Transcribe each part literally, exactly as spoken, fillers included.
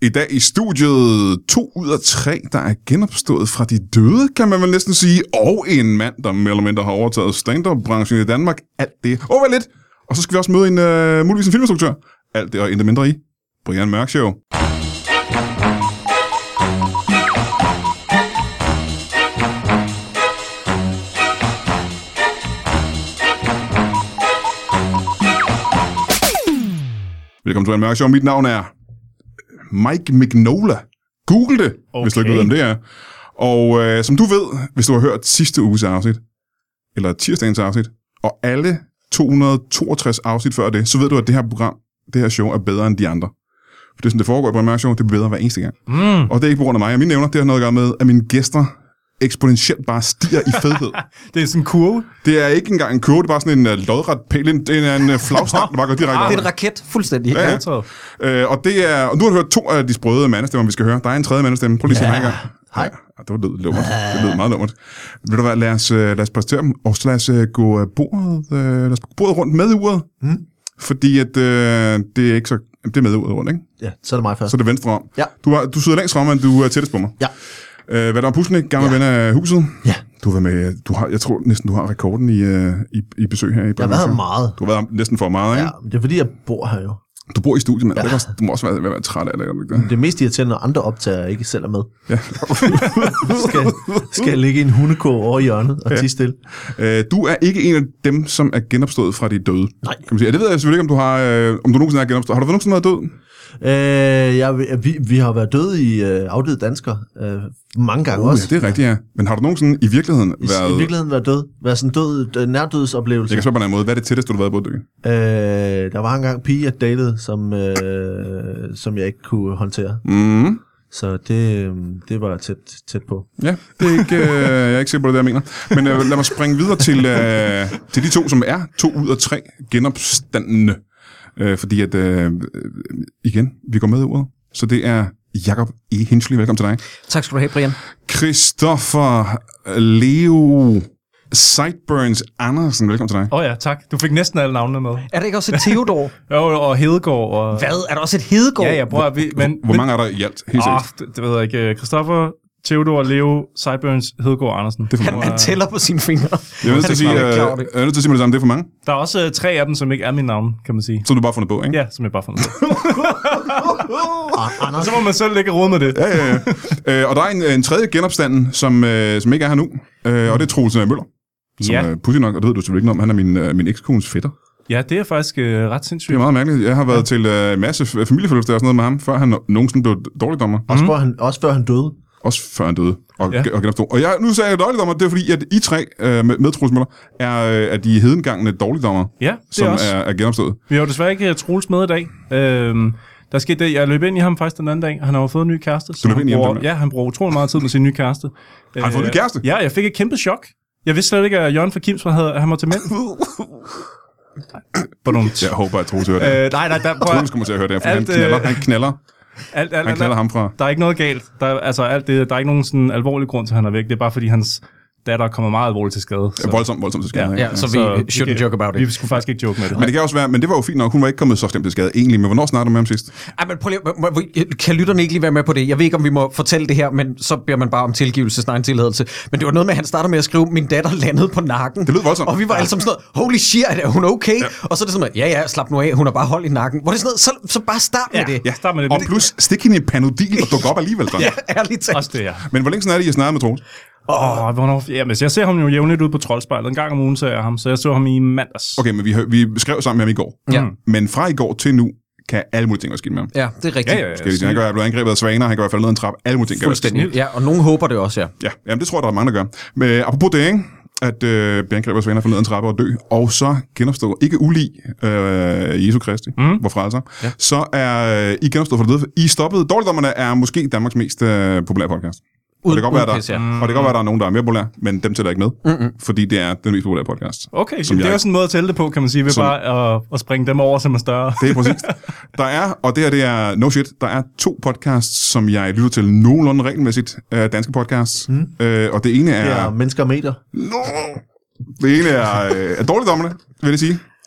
I dag i studiet to ud af tre, der er genopstået fra de døde, kan man vel næsten sige. Og en mand, der mere eller mindre har overtaget stand-up-branchen i Danmark. Alt det. Og hvad lidt. Og så skal vi også møde en, uh, muligvis en filminstruktør. Alt det og intet mindre i Brian Mørk Show. Velkommen til Brian Mørk Show. Mit navn er Mike Mignola. Google det, okay. Hvis du ikke ved, hvem det er. Og øh, som du ved, hvis du har hørt sidste uges afsnit, eller tirsdagens afsnit, og alle to hundrede og toogtres afsnit før det, så ved du, at det her program, det her show er bedre end de andre. For det er sådan, det foregår i Brian Mørk Show, det bliver bedre hver eneste gang. Mm. Og det er ikke på grund af mig og mine nævner, det har noget at gøre med, at mine gæster eksponentielt bare stiger i fedhed. Det er sådan en kurve? Det er ikke engang en kurve, det er bare sådan en uh, lodret pæl, det er en uh, flagstang, der bare går direkte. Ah, det er en raket, fuldstændig. Ja, ja. Uh, og, det er, og nu har du hørt to af de sprøde mandestemmer, vi skal høre. Der er en tredje mandestemme. Prøv lige at sige mig engang. Hej. Ja, det var lød lummert. Det lød meget lummert. Ved du hvad, lad os, uh, lad os præsentere dem, og så lad os uh, gå uh, bordet, uh, lad os gå bordet rundt med uret. Mm. Fordi at, uh, det er ikke så... Det er med uret rundt, ikke? Ja, så er det mig først. Så er det venstre om. Ja. Du, har, du sidder længst frem, men du er tættest på mig. Ja. Uh, hvad der er Pusnik, gammel ja. ven af huset. Ja. Du har været med, du har, jeg tror næsten, du har rekorden i, uh, i, i besøg her i Brian. Jeg har været meget. Du har været næsten for meget, ikke? Ja, det er fordi, jeg bor her jo. Du bor i studiet, men ja. Du må også være, være træt af det, ikke? Det er mest irriterende, når andre optager ikke selv er med. Ja. skal, skal jeg ligge i en hundekå over hjørnet og ja. Tige stille. Uh, du er ikke en af dem, som er genopstået fra de døde. Nej. Kan man sige. Ja, det ved jeg selvfølgelig ikke, om du har, uh, om du nogensinde er genopstået. Har du nogensinde været død? Øh, jeg, vi, vi har været døde i øh, afdøde danskere øh, mange gange uh, også. Ja, det er rigtigt, ja. Men har du nogensinde i virkeligheden I, været... I virkeligheden været død? Været sådan død, øh, nærdødsoplevelse? Jeg kan spørge på en anden måde. Hvad er det tætteste, du har været på det? Øh, der var engang pige, jeg datede, som, øh, som jeg ikke kunne håndtere. Mm. Så det, det var tæt, tæt på. Ja, det er ikke, øh, jeg er ikke sikker på det, der jeg mener. Men øh, lad mig springe videre til, øh, til de to, som er to ud af tre genopstandende. Øh, fordi at, øh, igen, vi går med i ordet. Så det er Jakob E. Hinchey. Velkommen til dig. Tak skal du have, Brian. Christoffer Leo Sideburns Andersen. Velkommen til dig. Åh oh ja, tak. Du fik næsten alle navnene med. Er der ikke også et Theodor? Jo, og Hedegaard. Og... Hvad? Er der også et Hedegaard? Ja, ja, bror. Vi, men, hvor, hvor mange er der i alt? Helt åh, det, det ved jeg ikke. Christoffer, Theodor, Leo, Sideburns, Hedegaard, Andersen. Det er han, han tæller på sine fingre. Jeg er nødt til at sige, uh, jeg er nødt til at sige med det samme. Det er for mange. Der er også uh, tre af dem, som ikke er min navn, kan man sige. Som du bare fundet på, ikke? Ja, som jeg bare fundet på. Og så må man selv lægge råd med det. Ja, ja, ja. uh, og der er en, en tredje genopstanden, som, uh, som ikke er her nu. Uh, og det er Troels Møller. Som ja. er pudsigt nok, og det ved du selvfølgelig ikke om. Han er min, uh, min ekskones fætter. Ja, det er faktisk øh, ret sindssygt. Det er meget mærkeligt. Jeg har været ja. til en uh, masse familiefødselsdage og sådan noget med ham, før han nogensinde blev dårligdommer. Mm. Også, før han, også før han døde. Også før han døde og, ja. og genopstod. Og jeg, nu sagde jeg dårligdommer, det er fordi, at I tre uh, med, med Troels Møller er, uh, er de hedengangende dårligdommer, ja, det som er, også. er, er genopstået. Vi har jo desværre ikke Troels med i dag. Øhm, der skete det, jeg løb ind i ham faktisk den anden dag. Han har jo fået en ny kæreste. Du løb ind i ham? Bruger, ja, han bruger utrolig meget tid med sin nye kæreste. Har han fået en ny kæreste? Ja, jeg fik et kæmpe chok. Jeg vidste slet ikke, at Jørgen fra Kimsford havde, han var til mænd. Jeg håber, at Troels hører det. Øh, nej, nej, der, Troels kommer til at høre det, for alt, han knaller. Han knaller. Alt, alt, han knaller ham fra. Der er ikke noget galt. Der, altså, alt det, der er ikke nogen sådan alvorlig grund til, at han er væk. Det er bare, fordi hans datter kommer meget alvorligt til skade. Så. Ja, voldsomt, voldsomt til skade. Ja, ja, så vi så shouldn't vi, joke about it. Vi skulle faktisk ikke joke med det. Men det kan også være, men det var jo fint nok. Hun var ikke kommet så slemt til skade egentlig. Men hvornår snakkede du med ham sidst? Ej, men prøv lige, kan lytterne ikke lige være med på det? Jeg ved ikke, om vi må fortælle det her, men så beder man bare om tilgivelse, snart en tilladelse. Men det var noget med, at han starter med at skrive, min datter landede på nakken. Det lød voldsomt. Og vi var alle sammen sådan noget, holy shit, er hun okay? Ja. Og så er det sådan noget, ja, ja, slap nu af, hun har bare hold i nakken. Hvor det sådan noget, så, så bare start med ja, det. Ja, start med det. Og plus, stik hende i Panodil og dukke op alligevel. Ja, ærligt talt. Også det, ja. Men hvor længe sådan er det, I har snakket med Troels? Åh, oh, hvornår? Jamen, jeg ser ham jo jævnligt ude på Troldspejlet. En gang om ugen ser jeg ham, så jeg så ham i mandags. Okay, men vi, vi skrev sammen med ham i går. Ja. Men fra i går til nu, kan alle mulige ting være skidt med ham. Ja, det er rigtigt. Ja, ja, ja. Skal jeg sige, han kan være blevet angrebet af svaner, han kan være faldet ned ad en trappe, alle mulige ting kan være skidt. Ja, og nogen håber det også, ja. Ja, jamen, det tror jeg, der er mange, der gør. Men apropos det, ikke? At øh, blive angrebet af svaner, faldet ned ad en trappe og dø, og så genopstå, ikke ulig øh, Jesu Kristi, mm. hvor frelser, ja. Så er øh, I genopstået for det døde. I stoppede. Dårligdommerne er måske Danmarks mest øh, populære podcast. Og det kan godt være, der, ja. og det kan godt være, der er nogen, der er mere populære, men dem tæller ikke med, mm-hmm. fordi det er den mest populære podcast. Okay, så det er også en måde at tælle det på, kan man sige, ved som, bare at, at springe dem over, som er større. Det er præcis. Der er, og det her det er no shit, der er to podcasts, som jeg lytter til nogenlunde regelmæssigt, øh, danske podcasts, mm. øh, og det ene er... Ja, Mennesker og Medier. No, det ene er, øh, er Dårligdommerne, vil jeg sige.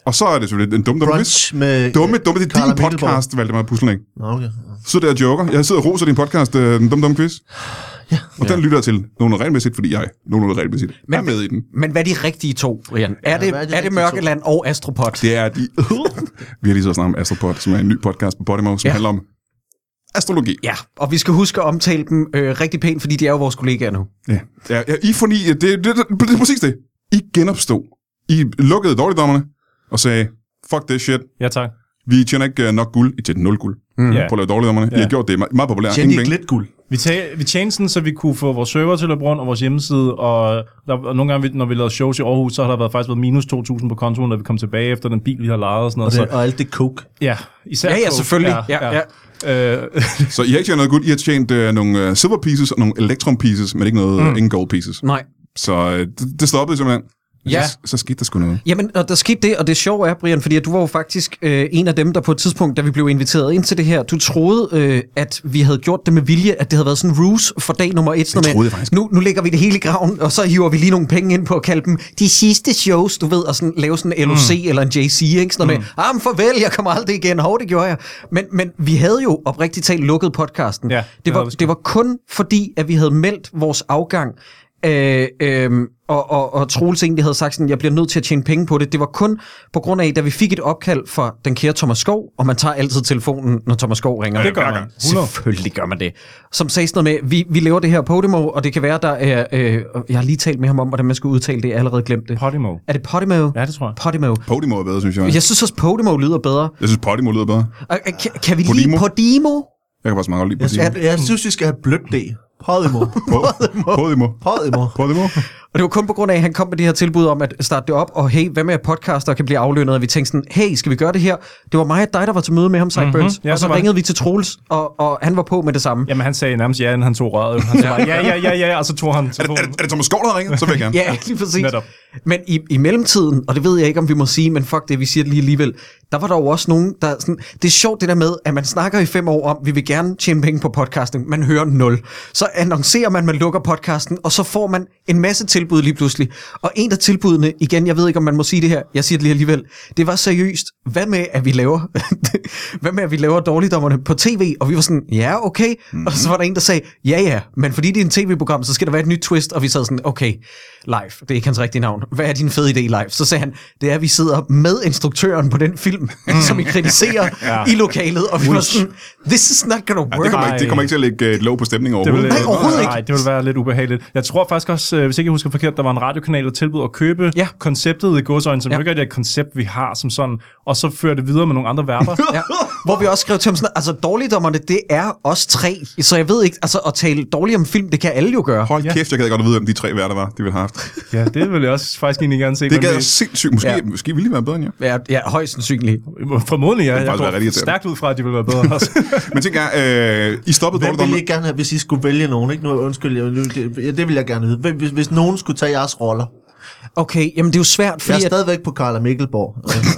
Og så er det selvfølgelig en dum, dum quiz. Brunch med Dumme, dumme, det er Carla din Mikkelborg. podcast, Valdemar Puslening. Nå, okay. Så sidder jeg og joker. Jeg sidder og roser din podcast, øh, den dum, dum quiz. Ja. Og den lytter jeg til nogenlunde regelmæssigt, fordi jeg nogenlunde regelmæssigt er med i den. Men hvad er de rigtige to, Brian? Ja, Er det, hvad er de er det rigtige Mørkeland og Astropod? Det er de... Vi har lige så snakket om Astropod, som er en ny podcast på Podimo, som Ja. handler om astrologi. Ja, og vi skal huske at omtale dem øh, rigtig pænt, fordi de er jo vores kollegaer nu. Ja, ja, ja I forni, det, det, det, det er præcis det. I genopstod. I lukkede dårligdommerne og sagde, fuck this shit. Ja, tak. Vi tjener ikke uh, nok guld. I tjente nul guld mm. Ja. på at lave dårligdommerne. I Ja. har gjort det meget, meget populært. Tjente Ingen ikke penge. lidt guld? Vi, tag, vi tjente sådan, så vi kunne få vores server til at løbe rundt, og vores hjemmeside, og, der, og nogle gange, når vi lavede shows i Aarhus, så har der været, faktisk været minus to tusind på kontoen, når vi kom tilbage efter den bil, vi har lejet og sådan Og, noget. det, og alt det coke. Så, ja, især Ja, ja, coke. selvfølgelig. Ja, ja. Øh, Så I har ikke tjent noget guld. I har tjent uh, nogle uh, silver pieces og nogle electron pieces, men ikke noget mm. ingen gold pieces. Nej. Så uh, det, det stoppede simpelthen. Ja. Så, så skete der sgu noget. Jamen, og der skete det, og det sjove er, Brian, fordi at du var jo faktisk øh, en af dem, der på et tidspunkt, da vi blev inviteret ind til det her, du troede, øh, at vi havde gjort det med vilje, at det havde været sådan en ruse for dag nummer et. Det troede jeg faktisk. Nu, nu lægger vi det hele i graven, og så hiver vi lige nogle penge ind på at kalde dem de sidste shows, du ved, og sådan, lave sådan en L O C mm. eller en J C, ikke? Sådan noget mm. med, ah, men farvel, jeg kommer aldrig igen, hov, det gjorde jeg. Men, men vi havde jo oprigtigt talt lukket podcasten. Ja, det, det var, havde vi sgu. det var kun fordi, at vi havde meldt vores afgang, Øh, øh, og, og, og Troels egentlig havde sagt sådan, jeg bliver nødt til at tjene penge på det. Det var kun på grund af, da vi fik et opkald fra den kære Thomas Skov, og man tager altid telefonen, når Thomas Skov ringer. det gør man. Selvfølgelig gør man det. Som sagde sådan noget med, vi, vi laver det her Podimo, og det kan være, der er, øh, jeg har lige talt med ham om, hvordan man skal udtale det, jeg har allerede glemt det. Podimo. Er det Podimo? Ja, det tror jeg. Podimo. Podimo er bedre, synes jeg. Jeg synes også, Podimo lyder bedre. Jeg synes, Podimo lyder bedre. Og, øh, kan, kan vi Podimo? lige Podimo? Jeg kan faktisk meget godt lide Jeg, Podimo. jeg, jeg synes, vi skal have blødt D. Podimo. Podimo. Podimo. Podimo. Podimo. Og det var kun på grund af, at han kom med det her tilbud om at starte det op, og hey, hvad med at podcaster kan blive aflønnet? Og vi tænkte sådan, hey, skal vi gøre det her? Det var mig og dig, der var til møde med ham, Sideburns. Mhm. Ja, Og så så var ringede vi til Troels, og, og han var på med det samme. Jamen, han sagde nærmest ja, inden han tog røret. Han sagde bare, ja, ja, ja, ja, og så tog han Er det, er, telefonen. det, er det Thomas Skov, der har ringet? Så vil jeg gerne. Ja, lige præcis. Netop. Men i, i mellemtiden, og det ved jeg ikke, om vi må sige, men fuck det, vi siger det lige alligevel, der var der jo også nogen, der sådan, det er sjovt det der med, at man snakker i fem år om, vi vil gerne tjene penge på podcasting, man hører nul. Så annoncerer man, man lukker podcasten, og så får man en masse tilbud lige pludselig. Og en af tilbudene, igen, jeg ved ikke, om man må sige det her, jeg siger det lige alligevel, det var seriøst, hvad med, at vi laver, hvad med, at vi laver dårligdommerne på tv? Og vi var sådan, ja, okay. Mm-hmm. Og så var der en, der sagde, ja, ja, men fordi det er en tv-program, så skal der være et nyt twist, og vi sad sådan, okay, live, det er ikke hans rigtige navn. Hvad er din fede idé, live? Så sagde han, det er, at vi sidder med instruktøren på den film, mm. som I kritiserer Ja. i lokalet, og vi var sådan, this is not gonna Ja, work. det, kommer ikke, det kommer ikke til at lægge et låg på stemningen overhovedet. Det vil, Nej, overhovedet ikke. Nej, det vil være lidt ubehageligt. Jeg tror faktisk også, øh, hvis ikke jeg husker forkert, der var en radiokanal, der tilbød at købe Ja. konceptet i godsøjne, som Ja. ja. ikke er et koncept, vi har som sådan, og så føre det videre med nogle andre værter. Ja. Hvor vi også skrev til ham sådan, altså dårligdommerne, det er os tre. Så jeg ved ikke, altså at tale dårligt om film, det kan alle jo gøre. Hold kæft, jeg gad godt at vide, om de tre værter var, de ville have haft. Ja, det vil jeg også faktisk egentlig gerne se. Det men gad vi- jeg sindssygt. Måske, Ja. ja. måske ville de være bedre end jer. Ja, ja højst sandsynligt. Formodentlig, ja. Det vil Jeg faktisk være rigtig går irriterende. stærkt ud fra, at de vil være bedre også. Men tænk jeg, øh, I stoppede Hvem ville dårligdommerne. I gerne have, hvis I skulle vælge nogen? Ikke? Nu, undskyld, jeg, det, det vil jeg gerne vide. Hvem- Hvis, hvis nogen skulle tage jeres roller. Okay, jamen det er jo svært, Jeg fordi er at, stadigvæk på Carla Mikkelborg.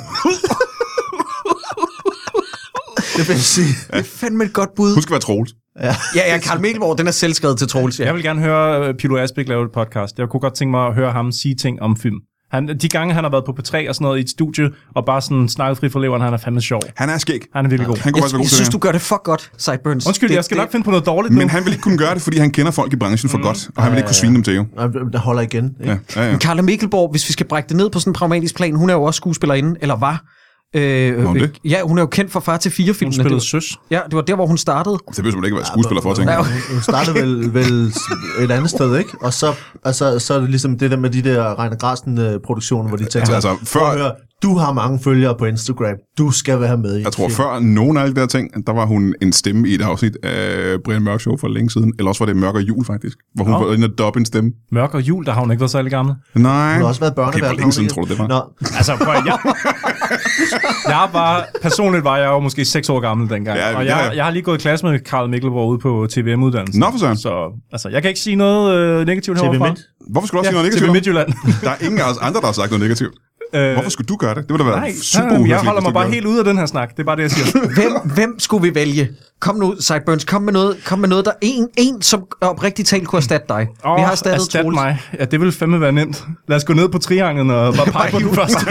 Det vil jeg sige. det er fandme et godt bud. Hun skal være Troels. Ja. Ja, ja, Carl Mikkelborg, den er selvskrevet til Troels, ja. Jeg vil gerne høre uh, Pilo Asbæk lave et podcast. Jeg kunne godt tænke mig at høre ham sige ting om film. Han, de gange, han har været på P tre og sådan noget i et studie, og bare sådan snakket fri for leveren, han er fandme sjov. Han er skæg. Han er virkelig god. Han kunne Jeg, faktisk være god jeg til synes, det du gør det for godt, Sideburns. Undskyld, det, jeg skal det, nok finde på noget dårligt nu. Men han vil ikke kunne gøre det, fordi han kender folk i branchen for mm. godt, og han vil ikke kunne svine dem til jo. Der holder igen. Ikke? Ja, ja, ja. Carla Mikkelborg, hvis vi skal brække det ned på sådan en pragmatisk plan, hun er jo også skuespillerinde, eller var. Øh, hun det? Ja, hun er jo kendt for Far til fire Hun filmene. spillede Det søs. var- Ja, det var der, hvor hun startede. Det behøver man ikke være skuespiller for, tænker Ja, jeg. Hun hun startede vel, vel et andet sted, ikke? Og så, altså, så er det ligesom det der med de der Reiner Grasten-produktioner, hvor de tænker, Altså, altså, før- før... høre, du har mange følgere på Instagram, du skal være med i Jeg tror, før nogen af alle de der ting, der var hun en stemme i et afsnit af Brian Mørk Show for længe siden. Eller også var det Mørk og Jul, faktisk. Hvor hun Nå. var inde og dobbe en stemme. Mørk og jul, der har hun ikke været særlig gammel. Nej. Hun har også været Okay, børnevært. hvor længe siden tror du, det var? Nå, Altså, prøv at, jeg, jeg var, personligt var jeg jo måske seks år gammel dengang, Ja, og ja, jeg, ja. jeg har lige gået i klasse med Carl Mikkelborg ude på T V M-uddannelsen. Nå, for søren. Så altså, jeg kan ikke sige noget øh, negativt T V herovre. Midt. Hvorfor skulle du også Ja, sige noget T V negativt? Midtjylland. Der er ingen af os andre, der har sagt noget negativt. Hvorfor skulle du gøre det? Det ville da være Nej, super nej, nej, jeg uhyggeligt, holder hvis mig du bare gjorde helt ude af den her snak. Det er bare det, jeg siger. Hvem, hvem skulle vi vælge? Kom nu, Sideburns, kom med noget, kom med noget der en, en som oprigtigt talt kunne erstatte dig. Oh, vi har erstattet erstat Troels. mig. Ja, det ville fandme være nemt. Lad os gå ned på trianglen og bare pege på den første.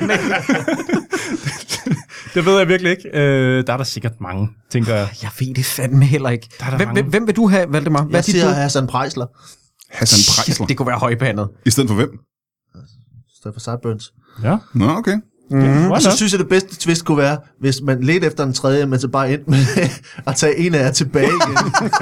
Det ved jeg virkelig ikke. Øh, der er der sikkert mange, tænker jeg. Jeg ved det fandme heller ikke. Der er der Hvem, mange. hvem, hvem vil du have, Valdemar? Hvad Jeg er dit siger bud? Hassan Preisler, Hassan Preisler. Shit, det kunne være højpandet. I stedet for hvem? i stedet for Sideburns. Ja. Nå, okay. Mm-hmm. Og så synes jeg, det bedste twist kunne være, hvis man ledte efter en tredje, men så bare endte med at tage en af jer tilbage igen.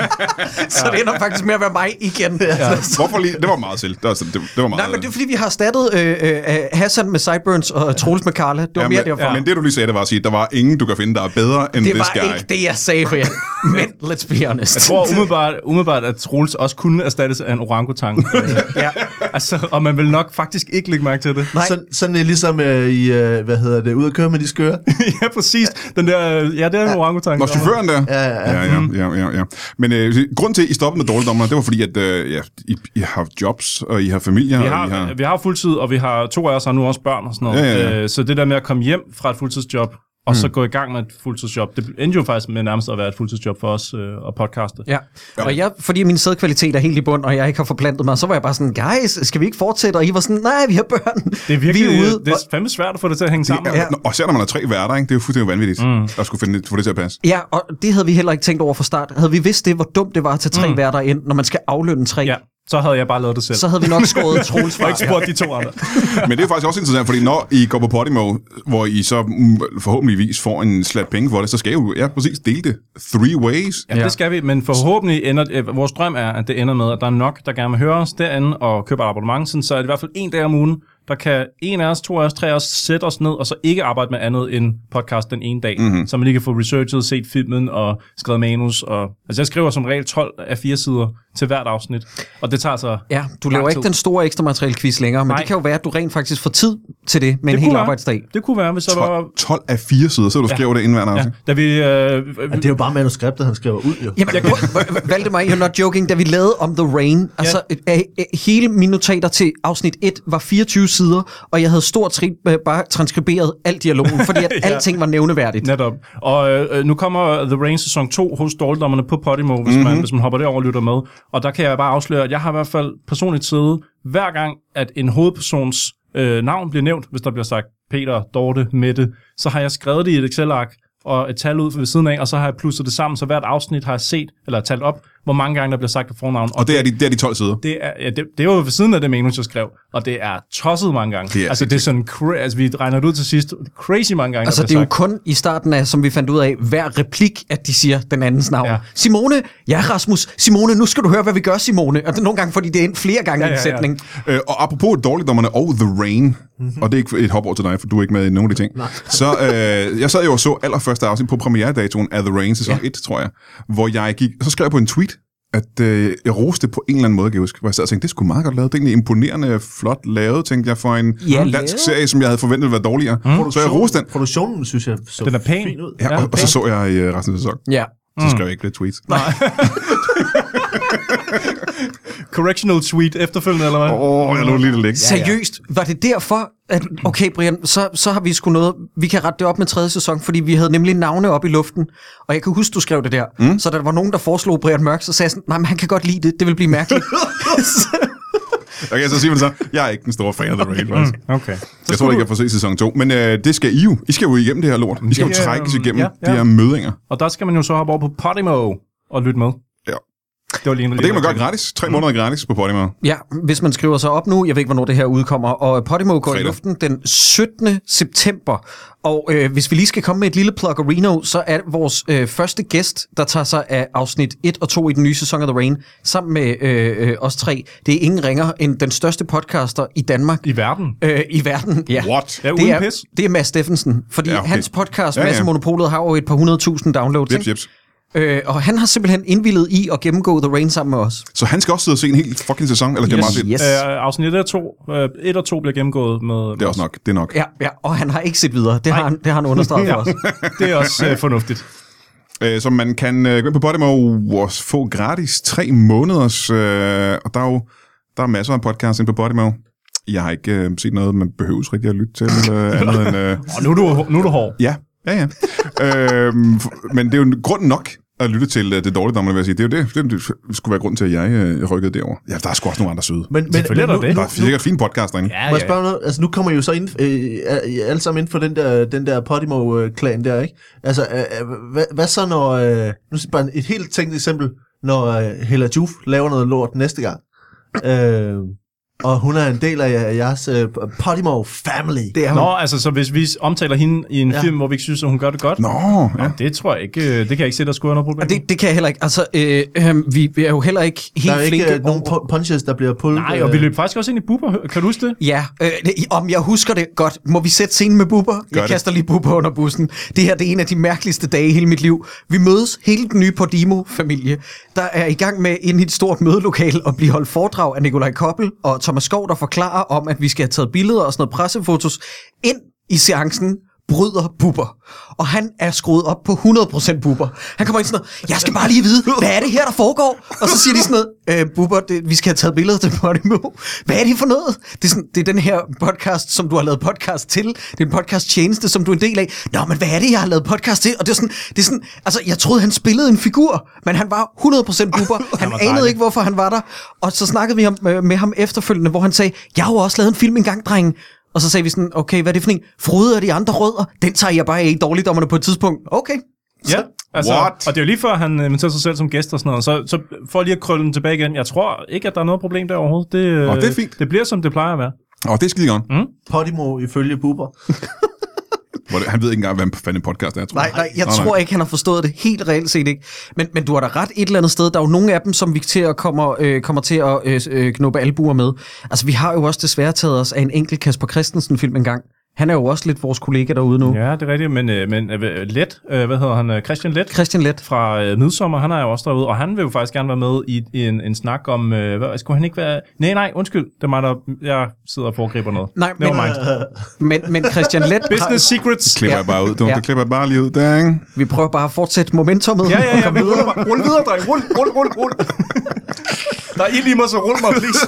Så det ender faktisk med at være mig igen. Ja. Hvorfor lige? Det var meget selv. Det var, det, det var meget... Nej, men det er fordi, vi har erstattet øh, øh, Hassan med Sideburns og Troels med Carla. Det var ja, mere men, derfor. ja. Men det, du lige sagde, det var at sige, der var ingen, du kan finde, der er bedre end Det this var guy. ikke det, jeg sagde, Brian. Men let's be honest. Jeg tror umiddelbart, umiddelbart, at Troels også kunne erstattes af en orangutang. ja. Altså, og man vil nok faktisk ikke lægge mærke til det. Nej. Sådan, sådan er ligesom øh, i, øh, hvad hedder det, ud at køre med de skøre. Ja, præcis. Den der, ja, det er en orangutang. Nå, chaufføren der? Ja, ja, ja. ja, ja, ja, ja, ja. Men øh, grund til, at I stoppede med dårligdommerne, det var fordi, at øh, ja, I, I har jobs, og I har familier. Vi og I har, har... vi har fuldtid, og vi har to af os har nu også børn og sådan noget. Ja, ja, ja. Øh, Så det der med at komme hjem fra et fuldtidsjob, og så gå i gang med et fuldtidsjob, det endte jo faktisk med nærmest at være et fuldtidsjob for os øh, at podcaste. Ja, og jeg, fordi min sædkvalitet er helt i bund, og jeg ikke har forplantet mig, så var jeg bare sådan, guys, skal vi ikke fortsætte? Og I var sådan, nej, vi har børn. Det er virkelig, vi er ude. det er fandme svært at få det til at hænge sammen. Ja, og især når man er tre værter, ikke? Det er jo fuldstændig vanvittigt mm. at skulle finde, få det til at passe. Ja, og det havde vi heller ikke tænkt over fra start. Havde vi vidst det, hvor dumt det var at tage tre mm. værter ind, når man skal aflønne tre, Ja, så havde jeg bare lavet det selv. så havde vi nok skåret Troels Og fra. ikke spurgt de to andre. Men det er faktisk også interessant, fordi når I går på Podimo, hvor I så mm, forhåbentligvis får en slat penge for det, så skal I jo ja, præcis dele det three ways. Ja, det skal vi, men forhåbentlig ender, øh, vores drøm er, at det ender med, at der er nok, der gerne vil høre os derinde og købe et abonnement, sådan, så er det i hvert fald en dag om ugen, der kan en af os, to af os, tre af os sætte os ned, og så ikke arbejde med andet end podcast den ene dag, mm-hmm. så man lige kan få researchet, set filmen og skrevet manus. Og, altså jeg skriver som regel tolv af fire sider til hvert afsnit, og det tager så Ja, du laver ikke den store ekstra materiale quiz længere, men Nej. det kan jo være, at du rent faktisk får tid til det med Det en hel kunne være. arbejdsdag. Det kunne være, hvis der var... tolv af fire sider, så du skriver det inden hver Ja, afsnit. da vi... Øh, Ja, det er jo bare manuskriptet, han skriver ud, jo. Jamen, Valdemar, you're not joking, da vi lavede om The Rain, altså ja. hele mine notater til afsnit et var fireogtyve sider, og jeg havde stort set øh, bare transkriberet al dialogen, fordi at Ja. alting var nævneværdigt. Netop. Og øh, nu kommer The Rain sæson to hos Dårligdommerne på Podimo, hvis, mm-hmm. man, hvis man hopper derover og lytter med. Og der kan jeg bare afsløre, at jeg har i hvert fald personligt siddet, hver gang, at en hovedpersons øh, navn bliver nævnt, hvis der bliver sagt Peter, Dorte, Mette, så har jeg skrevet det i et Excel-ark og et tal ud ved siden af, og så har jeg plusset det sammen, så hvert afsnit har jeg set, eller talt op, hvor mange gange der bliver sagt af fornavn. Og det er de, det er de tolv sider. Det er, ja, det, det er jo ved siden af det manus, jeg skrev, og det er tosset mange gange. Det er altså, det er sådan, cra- altså, vi regner det ud til sidst, crazy mange gange, Altså, der det er jo sagt. kun i starten af, som vi fandt ud af, hver replik, at de siger den andens navn. Ja. Simone, ja Rasmus, Simone, nu skal du høre, hvad vi gør, Simone. Og det er nogle gange, fordi det er ind flere gange Ja, i en ja, ja. sætning. Øh, og apropos Dårligdommerne og The Rain, mm-hmm. og det er ikke et hop over til dig, for du er ikke med i nogen af de ting. Nej. Så øh, jeg sad jo og så allerførste afsnit på premieredatoen af The Rain, sæson ja. et, tror jeg, hvor jeg gik, så skrev jeg på en tweet, at øh, jeg roste på en eller anden måde, kan jeg huske, hvor jeg sad og tænkte, det skulle meget godt lavet, det er egentlig imponerende, flot lavet, tænkte jeg, for en Ja, dansk lavet. serie, som jeg havde forventet ville være dårligere. Mm. Så jeg roste den, Produktionen, synes jeg, så Den er pæn. fin ud. ja, Ja, og, og så så jeg i resten af sæsonen. Ja. Så skrev jeg ikke det tweets. Nej. Correctional suite efterfølgende, eller hvad? Åh, oh, jeg lå lige det ligge. Seriøst, var det derfor, at, okay Brian, så, så har vi sgu noget, vi kan rette det op med tredje sæson, fordi vi havde nemlig navne op i luften, og jeg kan huske, du skrev det der, mm. så der var nogen, der foreslog Brian Mørk, så sagde jeg sådan, nej, men han kan godt lide det, det vil blive mærkeligt. Okay, så siger man så, jeg er ikke den store fan af The Rain, faktisk. Okay. Jeg tror ikke, jeg får se sæson to. Men øh, det skal I jo. I skal jo igennem det her lort. I skal jo Ja, trækkes igennem ja, ja. de her mødinger. Og der skal man jo så hoppe over på Podimo og lytte med. Ja. Det var lige en Og det kan man gøre gratis. Tre måneder gratis på Podimo. Ja, hvis man skriver sig op nu, jeg ved ikke, hvornår det her udkommer, og Podimo går Fredag. i luften den syttende september, og øh, hvis vi lige skal komme med et lille pluggerino, så er vores øh, første gæst, der tager sig af afsnit et og to i den nye sæson af The Rain, sammen med øh, øh, os tre, det er ingen ringer end den største podcaster i Danmark. I verden. Øh, I verden, ja. What? Ja, Det uden er, pis. det er Mads Steffensen, fordi Ja, ja, okay. okay. hans podcast, Ja, ja, ja. Mads og Monopolet, har jo et par hundredtusind downloads. Jeps, ikke? jeps. Øh, og han har simpelthen indvillet i at gennemgå The Rain sammen med os. Så han skal også sidde og se en helt fucking sæson, eller kan Yes. man se? Yes. Øh, afsnit et og to. Øh, et og to bliver gennemgået med... Det er også nok. Det er nok. Ja, ja, og han har ikke set videre. Det har han, det har han understreget for os. Det er også øh, fornuftigt. Øh, så man kan øh, gå ind på Podimo og få gratis tre måneders... Øh, og der er jo der er masser af podcasts inde på Podimo. Jeg har ikke øh, set noget, man behøves rigtig at lytte til. Øh, andet end, øh, Og nu er du, nu er du hård. ja, ja, ja. øhm, men det er jo grund nok at lytte til uh, det dårlige dommer, vil jeg sige. Det er jo det, det, det skulle være grund til, at jeg øh, rykkede derover. Ja, der er sgu også nogle andre søde. Men, men, Selvfølgelig er men der nu, det. Der er sikkert fine podcast derinde. Ja, Må jeg ja. spørge noget? Altså, nu kommer I jo så ind, øh, alle sammen ind for den der, den der Podimo-klan der, ikke? Altså, øh, hvad, hvad så når... Øh, nu er bare et helt tænkt eksempel, når øh, Hella Juf laver noget lort næste gang. Øh, og hun er en del af jeres øh, Podimo-family. Det er hun. Nå, altså, så hvis vi omtaler hende i en Ja. film, hvor vi ikke synes, at hun gør det godt, Nå, ja. det tror jeg ikke, øh, det kan jeg ikke se, der skulle være noget problem. Og det, det kan jeg heller ikke. Altså, øh, øh, vi, vi er jo heller ikke helt Der er ikke flinke øh, nogen over- pu- punches, der bliver pullet. Nej, og vi løb faktisk også ind i Bubber. Kan du huske det? Ja, øh, det- om jeg husker det godt. Må vi sætte scenen med Bubber? Jeg det. kaster lige Bubber under bussen. Det her det er en af de mærkeligste dage i hele mit liv. Vi mødes, hele den nye Podimo-familie, der er i gang med ind i et stort mødelokale og blive holdt foredrag af Nikolaj Koppel og Thomas Skov, der forklarer om, at vi skal have taget billeder og sådan noget pressefotos ind i seancen. Bryder Bubber. Og han er skruet op på hundrede procent Bubber. Han kommer ind sådan noget, jeg skal bare lige vide, hvad er det her, der foregår? Og så siger de sådan noget, øh, Bubber, det, vi skal have taget billeder til Podimo. Hvad er det for noget? Det er, sådan, det er den her podcast, som du har lavet podcast til. Det er en podcast tjeneste, som du er en del af. Nå, men hvad er det, jeg har lavet podcast til? Og det er sådan, det er sådan altså, jeg troede, han spillede en figur, men han var hundrede procent Bubber. Han var anede dejlig. ikke, hvorfor han var der. Og så snakkede vi om, øh, med ham efterfølgende, hvor han sagde, jeg har jo også lavet en film engang, drenge. Og så sagde vi sådan, okay, hvad er det for en? Frode og de andre rødder, den tager jeg bare af i dårligdommerne på et tidspunkt. Okay. Ja, altså, What? og det er jo lige før, han inviterer sig selv som gæst og sådan noget. Så, så for lige at krølle den tilbage igen, jeg tror ikke, at der er noget problem der overhovedet. Det, øh, Åh, det er fint. Det bliver, som det plejer at være. Og det er skide godt. Mm. Podimo ifølge Bubber. Hvor det- Han ved ikke engang, hvad en fanden en podcast er, tror Nej, nej, jeg Nå, tror ikke, han har forstået det helt reelt set ikke. Men, men du har da ret et eller andet sted. Der er jo nogle af dem, som vi til at kommer, øh, kommer til at øh, øh, knuppe albuer med. Altså, vi har jo også desværre taget os af en enkelt Kasper Christensen-film engang. Han er jo også lidt vores kollega derude nu. Ja, det er rigtigt, men, øh, men øh, Let, øh, hvad hedder han, øh, Christian Let Christian Let. fra øh, Midsommer, han er jo også derude, og han vil jo faktisk gerne være med i, i en, en snak om, øh, hvad, skulle han ikke være... Nej, nej, undskyld, det er mig, der jeg sidder og foregriber noget. Nej, men, Never mind. men, men Christian Let har, Business secrets. Det klipper Ja. jeg bare ud. Du, Ja. Det klipper jeg bare lige ud der, ikke? vi prøver bare at fortsætte momentummet. Ja, ja, og ja, komme vi ruller videre. bare. Rul videre, dreng. Rul, rul, rul, rul. Der er ild i mig, så rul mig, please.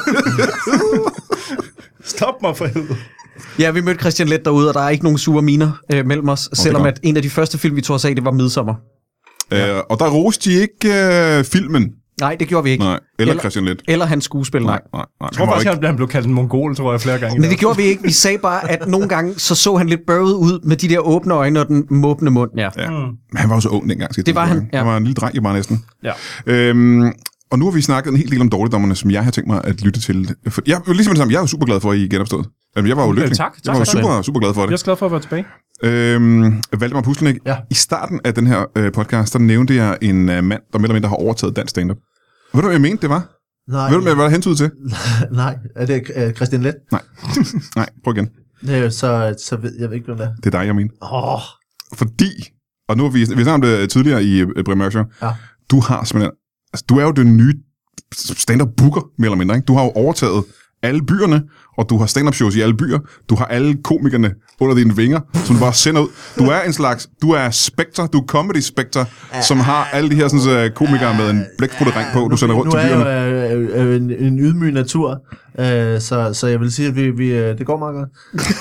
Stop mig for helvede. Ja, vi mødte Christian Let derude, og der er ikke nogen sure miner øh, mellem os, selvom godt. at en af de første film, vi tog os af, det var Midsommer. Ja. Øh, og der roste de ikke øh, filmen. Nej, det gjorde vi ikke. Nej, eller, Eller- Christian Let. Eller hans skuespil, nej. Nej, nej, nej. Jeg tror var faktisk, ikke... han blev kaldt en mongol, tror jeg, flere gange. Men det gjorde vi ikke. Vi sagde bare, at nogle gange, så så han lidt bøvet ud med de der åbne øjne og den måbne mund. Ja. Ja. Mm. Men han var jo så ung dengang. skal jeg Det var tænke på, han, ikke? ja. Han var en lille dreng, jo bare næsten. Ja. Øhm, og nu har vi snakket en hel del om dårligdommerne, som jeg har tænkt mig at lytte til. For jeg, ligesom det samme, jeg er jo super glad for, at I er genopstået. Jamen, jeg var jo Okay, lykkelig. tak, tak, jeg var tak. super, super glad for Jeg er det. også glad for at være tilbage. Øhm, Valdemar Puslenik, Ja. i starten af den her øh, podcast, der nævnte jeg en uh, mand, der mere eller mindre har overtaget dansk stand-up. Ved du, hvad jeg mente, det var? Nej, Ved du, hvad jeg var hentydet til? nej, er det øh, Christian Let? Nej. Nej, prøv igen. Det er jo så, så ved jeg ved ikke, hvem det er. Det er dig, jeg mener. Åh, oh, Fordi, og nu har vi, vi har snakket om det tidligere i uh, Brian Mørk Show, ja. du har simpelthen, altså du er jo den nye stand-up booker, mere eller mindre, ikke? Du har jo overtaget alle byerne, og du har stand-up shows i alle byer. Du har alle komikerne under dine vinger, som du bare sender ud. Du er en slags, du er Spectre, du er Comedy Spectre, som har alle de her sådan, uh, komikere med en blækspruttering på, du sender rundt nu til byerne. Nu er jeg jo øh, øh, en, en ydmyg natur, øh, så, så jeg vil sige, at vi, vi, øh, det går meget godt.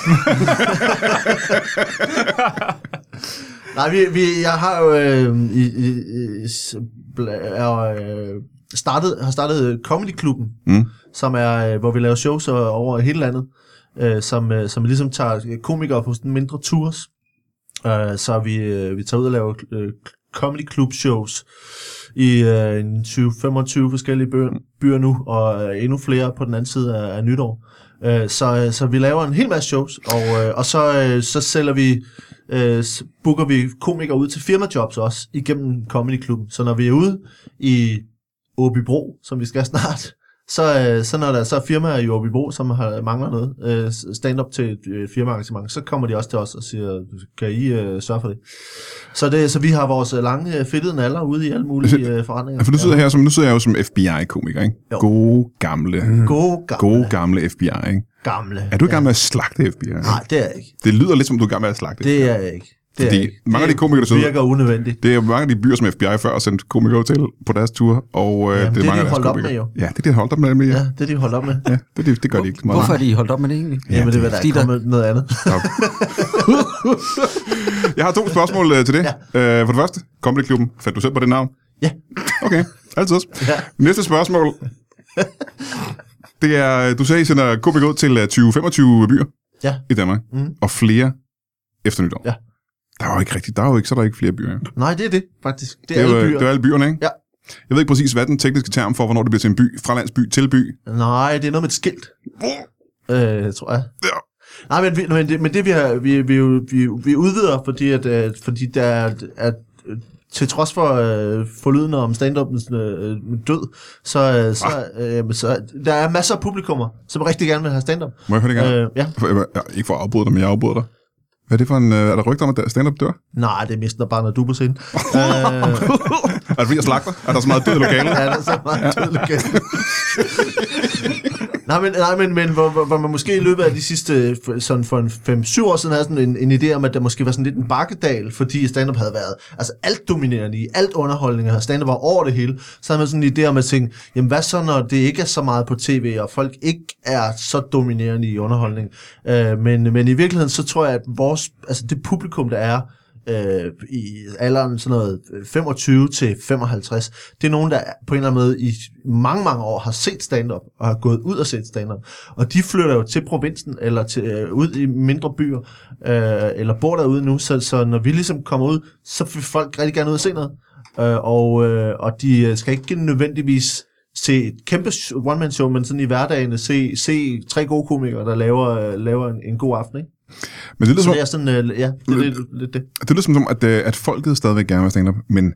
Nej, vi, vi, jeg har jo øh, i, i, i, s- bla- er, øh, startet, har startet Comedy Klubben, Mm. som er, øh, hvor vi laver shows øh, over hele landet, øh, som, øh, som ligesom tager komikere på sådan mindre tours. Øh, så vi, øh, vi tager ud og laver øh, Comedy Club shows i øh, en tyve til femogtyve forskellige byer, byer nu, og øh, endnu flere på den anden side af, af nytår. Øh, så, så vi laver en hel masse shows, og, øh, og så, øh, så sælger vi, øh, s- booker vi komikere ud til firmajobs også, igennem Comedy Klubben. Så når vi er ude i Åbybro, som vi skal snart, så, øh, så når der så er firmaer i Åbybro, som har, mangler noget, øh, stand-up til et øh, firmaarrangement, så kommer de også til os og siger, kan I øh, sørge for det? Så, det? så vi har vores øh, lange, øh, fedtede naller ude i alle mulige øh, forretninger. For nu sidder, jeg her som, nu sidder jeg jo som F B I-komiker, ikke? Jo. Gode gamle, Gode gamle. gode gamle F B I, ikke? gamle. Er du i gang med at slagte F B I? Nej, det er jeg ikke. Det lyder lidt som, du er i gang med at slagte. Det er jeg ikke. Det Fordi er ikke. mange det af de komikere, der sidder, virker unødvendigt. det er mange af de byer, som F B I før har sendt komikere til på deres tur, og øh, Jamen, det er det er mange de af holdt deres op med, komikere. jo. Ja, det er de holdt op med, med ja. Ja, det er de holdt op med. ja det, det, det gør de ikke meget. Hvorfor er de holdt op med det egentlig? Jamen, det vil da fordi komme noget andet. Jeg har to spørgsmål øh, til det. Ja. Øh, for det første, Comedy Klubben. Fandt du selv på det navn? Ja. Okay, altid. Ja. Næste spørgsmål. Det er, du sagde, I sender komikere ud til tyve femogtyve byer Ja. i Danmark, Mm. og flere efter nytår. Ja. Der er jo ikke rigtigt, der er jo ikke, så er der ikke flere byer. Nej, det er det, faktisk. Det er, Det er, alle jo, byer. det er alle byerne, ikke? Ja. Jeg ved ikke præcis, hvad er den tekniske term for, hvornår det bliver til en by, fra landsby til by. Nej, det er noget med et skilt. Øh, tror jeg. Ja. Nej, men, vi, men, det, men det vi har, vi, vi, vi, vi udvider, fordi, at, øh, fordi der er, at øh, til trods for øh, forlydende om stand-upens øh, død, så, øh, så, øh, så der er masser af publikummer, som rigtig gerne vil have stand-up. Må jeg høre det gerne? Øh, ja. For, jeg, ikke for at afbryde dig, men jeg afbryder dig. Hvad er det for en... Øh, er der rygter om, at stand-up dør? Nej, det er mest, når bare når du er på scenen. øh, Er det fordi, jeg slagter? Er der så meget død i lokalet? Ja, der er så meget død lokalt. Nej, men, nej, men, men hvor, hvor, hvor man måske i løbet af de sidste, sådan for en fem syv år siden, havde sådan en, en idé om, at der måske var sådan lidt en bakkedal, fordi stand-up havde været altså alt dominerende i, alt underholdning, og stand-up var over det hele. Så havde man sådan en idé om at tænke, jamen hvad så, når det ikke er så meget på tv, og folk ikke er så dominerende i underholdning. Øh, men, men i virkeligheden, så tror jeg, at vores, altså det publikum, der er, Øh, i alderen sådan noget femogtyve til femoghalvtreds, det er nogen, der på en eller anden måde i mange, mange år har set stand-up, og har gået ud og set stand-up, og de flytter jo til provinsen, eller til, øh, ud i mindre byer, øh, eller bor derude nu, så, så når vi ligesom kommer ud, så vil folk rigtig gerne ud og se noget, øh, og, øh, og de skal ikke nødvendigvis se et kæmpe one-man-show, men sådan i hverdagen se, se tre gode komikere, der laver, laver en, en god aften, ikke? Men det lyder Så som, det er sådan, øh, ja, det er lidt, lidt det. det lyder som, som at, øh, at folket stadigvæk gerne vil stand-up, men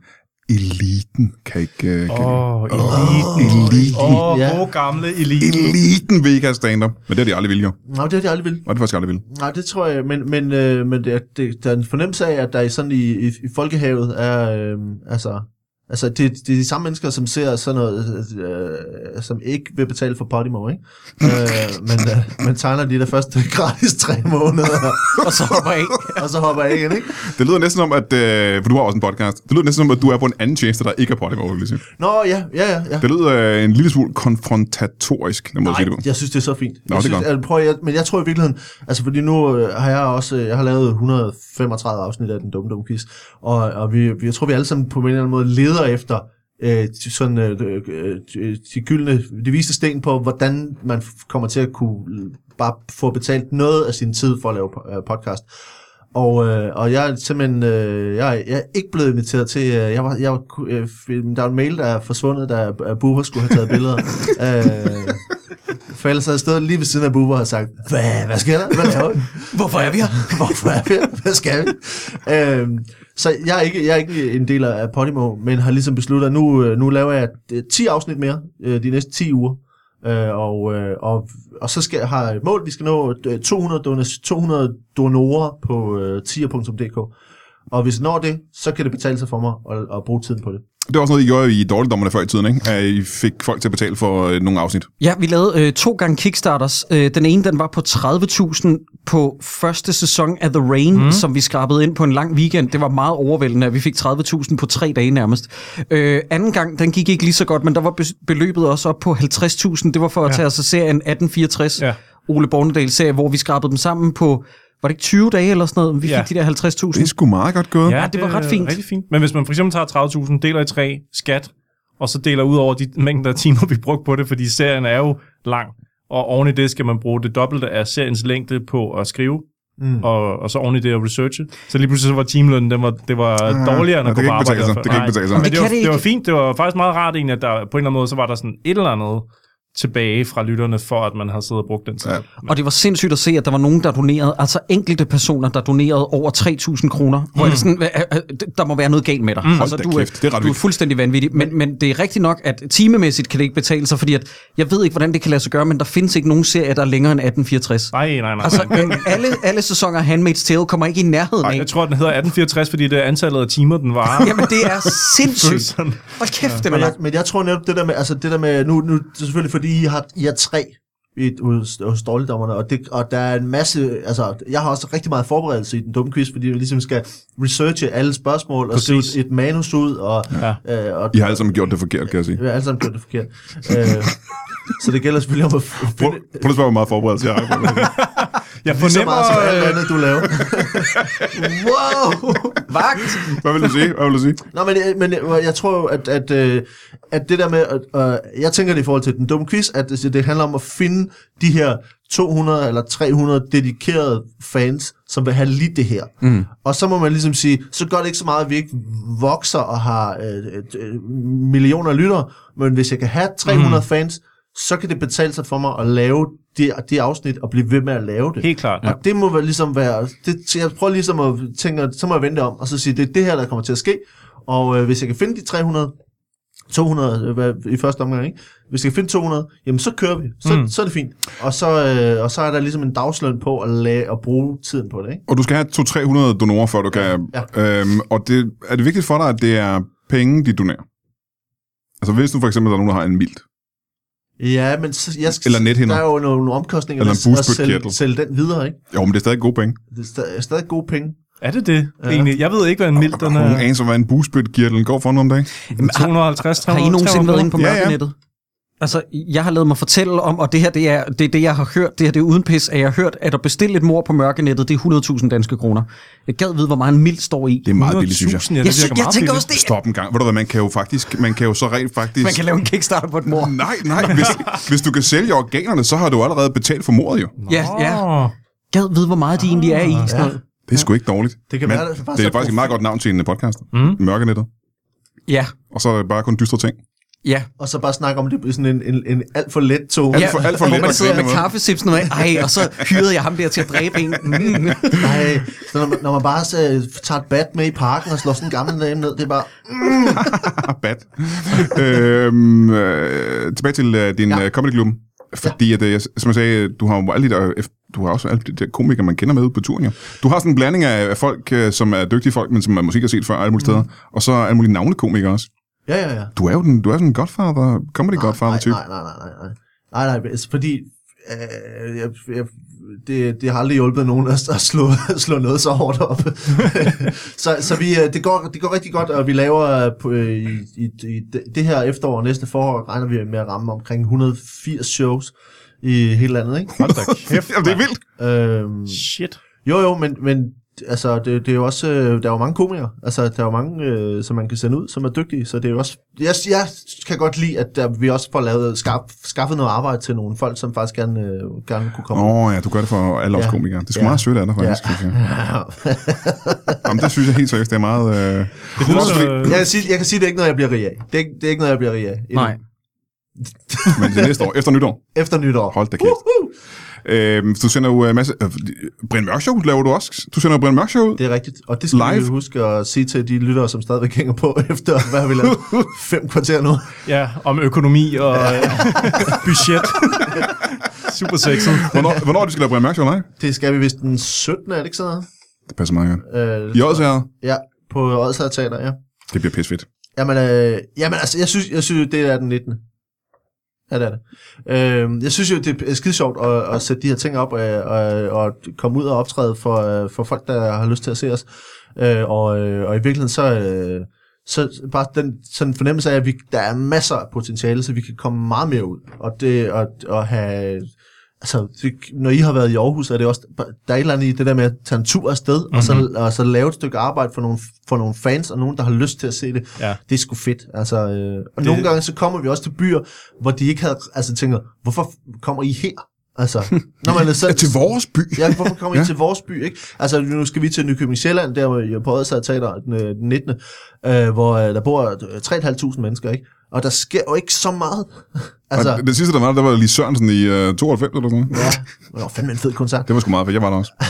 eliten kan ikke... Øh, kan, Åh, Åh, eliten. eliten. Åh, oh, Ja. gode gamle eliten. Eliten vil ikke have stand-up, men det har de aldrig vil, jo. Nej, det har de aldrig vil. Og det har de faktisk aldrig vil. Nej, det tror jeg, men, men, øh, men det, er- det, der er en fornemmelse af, at der i sådan i, i, i folkehavet er, øh, altså, altså det, det er de samme mennesker, som ser sådan noget, øh, som ikke vil betale for Podimo, ikke? øh, men, øh, men tegner de der første gratis tre måneder, Og så hopper af. og så hopper jeg igen, ikke? Det lyder næsten som, at... Øh, for du har også en podcast. Det lyder næsten som, at du er på en anden tjeneste, der ikke er Podimo, vil jeg sige. Nå, ja, ja, ja. ja. Det lyder øh, en lille smule konfrontatorisk, når man sige det på. jeg synes, det er så fint. Nå, jeg det er synes, at, prøv, jeg, men jeg tror i virkeligheden, altså fordi nu øh, har jeg også, øh, jeg har lavet et hundrede og femogtredive afsnit af Den Dumme Dumme Quiz, og, og vi, vi, jeg tror, vi alle sammen på en eller anden måde leder efter øh, sådan øh, øh, de gyldne, de viste sten på, hvordan man f- kommer til at kunne bare få betalt noget af sin tid for at lave øh, podcast. Og, øh, og jeg er simpelthen, øh, jeg, er, jeg er ikke blevet inviteret til, øh, jeg var, jeg var, øh, der var en mail, der er forsvundet, da uh, Bubber skulle have taget billeder. øh, for ellers havde jeg stået lige ved siden af Bubber og sagt, hvad, hvad sker der? Hvad laver vi? Hvorfor er vi her? Hvorfor er vi her? Hvad skal vi? øh, så jeg er, ikke, jeg er ikke en del af Podimo, men har ligesom besluttet, at nu, nu laver jeg ti afsnit mere øh, de næste ti uger. Øh, og, øh, og, og så skal jeg have et mål, vi skal nå to hundrede, donor, to hundrede donorer på øh, tier punktum d k. Og hvis jeg når det, så kan det betale sig for mig at, at bruge tiden på det. Det var også noget, I gjorde i Dårligdommerne før i tiden, ikke? At I fik folk til at betale for øh, nogle afsnit. Ja, vi lavede øh, to gange Kickstarters. Øh, den ene, den var på tredive tusind på første sæson af The Rain, mm. som vi skrabede ind på en lang weekend. Det var meget overvældende, at vi fik tredive tusind på tre dage nærmest. Øh, anden gang, den gik ikke lige så godt, men der var be- beløbet også op på halvtreds tusind. Det var for at Ja. tage os af serien atten fireogtres, Ja. Ole Bornedal-serie, hvor vi skrabede dem sammen på, var det ikke tyve dage eller sådan noget? Vi fik Ja. de der halvtreds Det tusind. er sgu meget godt gået. Ja, det var ret fint. Rigtig fint. Men hvis man for eksempel tager tredive tusind, deler i tre, skat, og så deler ud over de mængder af timer, vi brugte på det, fordi serien er jo lang, og oven i det skal man bruge det dobbelte af seriens længde på at skrive, mm. og, og så oven i det at researche. Så lige pludselig så var timelønnen, den var, det var dårligere end Ja, at det gå kan på ikke arbejde. betale sig. Det kan ikke betale sig. Men Det det, kan var, det det var ikke. fint. Det var faktisk meget rart egentlig, at der på en eller anden måde, så var der sådan et eller andet tilbage fra lytterne, for at man havde siddet og brugt den tid. Ja. Ja. Og det var sindssygt at se, at der var nogen, der donerede, altså enkelte personer, der donerede over tre tusind kroner. Mm. Hvor er det sådan, øh, øh, der må være noget galt med dig. Mm. Altså, Hold da du, er, kæft, det er ret du er vildt. fuldstændig vanvittig. Men, men det er rigtigt nok, at timemæssigt kan det ikke betale sig, fordi at, jeg ved ikke, hvordan det kan lade sig gøre, men der findes ikke nogen serie, der er længere end atten fireogtres. Nej, nej, nej. Altså, øh, alle, alle sæsoner af Handmaid's Tale kommer ikke i nærheden af. Jeg tror, den hedder atten fireogtres, fordi det er antallet af timer, den varer. Jamen, det er sindssygt. Sådan. Hold kæft, det var Men jeg, langt. men jeg tror netop det der med, altså det der med, nu, nu det er selvfølgelig fordi I har, I har tre i, hos, hos dårligdommerne, og, det, og der er en masse, altså, jeg har også rigtig meget forberedelse i den dumme quiz, fordi vi ligesom skal researche alle spørgsmål, og se et manus ud, og... Ja. Øh, og I har alle sammen gjort det forkert, kan jeg sige. Vi har alle sammen gjort det forkert. øh, så det gælder selvfølgelig om at finde... Prøv, prøv at spørge, hvor meget forberedelse jeg har. Jeg Lige så fornemmer... meget som alt andet, du laver. Wow! Vagt! Hvad vil du sige? Hvad vil du sige? Nå, men, men jeg tror jo, at, at, at det der med... At, uh, jeg tænker det i forhold til den dumme quiz, at det, det handler om at finde de her to hundrede eller tre hundrede dedikerede fans, som vil have lige det her. Mm. Og så må man ligesom sige, så gør det ikke så meget, at vi ikke vokser og har øh, øh, millioner af lyttere, men hvis jeg kan have tre hundrede mm. fans, så kan det betale sig for mig at lave de, de afsnit og blive ved med at lave det. Helt klart. Ja. Og det må vel ligesom være... Det, jeg prøver ligesom at tænke, så må jeg vente om, og så sige, det er det her, der kommer til at ske. Og øh, hvis jeg kan finde de tre hundrede, to hundrede øh, i første omgang, ikke? Hvis jeg kan finde to hundrede, jamen så kører vi. Så, mm. så er det fint. Og så, øh, og så er der ligesom en dagsløn på at, lage, at bruge tiden på det, ikke? Og du skal have to til tre hundrede donorer, før du kan... Ja. Øhm, og det, er det vigtigt for dig, at det er penge, de donerer? Altså hvis nu for eksempel, der er nogen, der har en mild. Ja, men så, jeg skal, eller nethinder. Der er jo nogle, nogle omkostninger eller at sælge, sælge den videre, ikke? Jo, men det er stadig gode penge. Det er stadig, stadig gode penge. Er det det, ja. egentlig? Jeg ved ikke, hvad en mild den er. Nogen anelse, hvad en boostbit-kirtel går for nu om dagen? to hundrede og halvtreds til tre hundrede. Har I nogensinde været inde på mørkenettet? Ja, ja. Altså, jeg har lavet mig fortælle om, og det her, det er det, er det jeg har hørt, det her det er uden pis, at jeg har hørt, at at bestille et mord på mørkenettet, det er hundrede tusind danske kroner. Jeg gad vide, hvor meget en mild står i. Det er meget billigt, synes jeg. Ja, det jeg, synes, jeg tænker også det. Stop en gang. Ved du hvad, man kan jo faktisk, man kan jo så rent faktisk... Man kan lave en kickstarter på et mord. Nej, nej. Hvis, hvis du kan sælge organerne, så har du allerede betalt for mordet jo. Ja, ja. Gad vide, hvor meget de egentlig er i. Sådan noget. Det er sgu ikke dårligt. Det kan Men være, det, er det er faktisk et meget godt navn til en podcast. Mm. Mørkenettet. Ja. Og så er det bare kun dystre ting. Ja. Og så bare snakke om det på sådan en, en, en alt for let tog. Alt for, alt for hvor let man sidder med måde. kaffesipsen og ej, og så hyrede jeg ham der til at dræbe en. Mm. Nej, så når man, når man bare så, tager et bat med i parken og slår sådan en gammel dame ned, det er bare... Mm. Bat. øhm, øh, tilbage til øh, din ja. Comedy-klubben. Fordi, ja. at, øh, som jeg sagde, du har jo alle de der, du har også alle de der komikere, man kender med på turen, jo. Du har sådan en blanding af folk, som er dygtige folk, men som man måske har set før alle mulige steder, mm. og så alle mulige navnekomikere også. Ja, ja, ja. Du er jo den, du er sådan en godfather, comedy godfather type. Nej, nej, nej, nej, nej. Nej, nej, nej, fordi øh, jeg, jeg, det, det har aldrig hjulpet nogen at, at slå, slå noget så hårdt op. så så vi, det, går, det går rigtig godt, og vi laver på, i, i, i det her efterår og næste forår, regner vi med at ramme omkring et hundrede og firs shows i hele landet, ikke? Hold da kæft, det er vildt. Øhm, Shit. Jo, jo, men... men altså, det, det er jo også, der er jo mange komikere, altså, der er jo mange, øh, som man kan sende ud, som er dygtige, så det er jo også, jeg, jeg kan godt lide, at der, vi også får lavet, skaff, skaffet noget arbejde til nogle folk, som faktisk gerne, øh, gerne kunne komme. Åh oh, ja, du gør det for alle os ja. komikere. Det er sgu ja. meget sødt af dig, faktisk. Ja. Synes jeg. Jamen, det synes jeg helt seriøst, det er meget... Øh... Det lyder, jeg, kan sige, jeg kan sige, det er ikke noget, jeg bliver rig af. Det er, ikke, det er ikke noget, jeg bliver rig af. Nej. Men det næste år, efter nytår. Efter nytår. Hold da kæft. Uh-huh. Øhm, du sender jo en masse... Øh, Brian Mørk Show laver du også. Du sender jo Brian Mørk Show ud. Det er rigtigt. Og det skal Live. vi huske at sige til de lyttere, som stadigvæk hænger på, efter hvad har vi lavet? Fem kvarter nu. Ja, om økonomi og budget. Super sexet. Hvornår, hvornår de skal lave Brian Mørk Show live? Det skal vi vist den syttende, er det ikke sådan noget? Det passer meget godt. Øh, I Odsherred? Ja, på Odsherred Teater, ja. Det bliver pissefedt. Jamen, øh, jamen altså, jeg synes, jeg synes, det er den nittende. Ja, det er det. Øh, jeg synes jo, det er skide sjovt at, at sætte de her ting op og, og, og komme ud og optræde for, for folk, der har lyst til at se os. Øh, og, og i virkeligheden så... Øh, så bare den sådan fornemmelse af, at vi, der er masser af potentiale, så vi kan komme meget mere ud. Og det at, at have... Altså, det, når I har været i Aarhus, er det også... Der er et eller andet i det der med at tage en tur afsted, mm-hmm. og, så, og så lave et stykke arbejde for nogle, for nogle fans, og nogen, der har lyst til at se det. Ja. Det er sgu fedt. Altså, øh, og det... nogle gange så kommer vi også til byer, hvor de ikke havde... Altså, tænker, hvorfor kommer I her? Altså, når man er selv, til vores by? Ja, hvorfor kommer I ja. til vores by, ikke? Altså, nu skal vi til Nykøbing Sjælland, der på Odsherred Teater den, den nittende Øh, hvor der bor tre tusind fem hundrede mennesker, ikke? Og der sker jo ikke så meget. Altså, og det sidste, der var, der var Lis Sørensen i uh, tooghalvfems eller sådan noget. Ja, det var fandme en fed koncert. Det var sgu meget, for jeg var der også.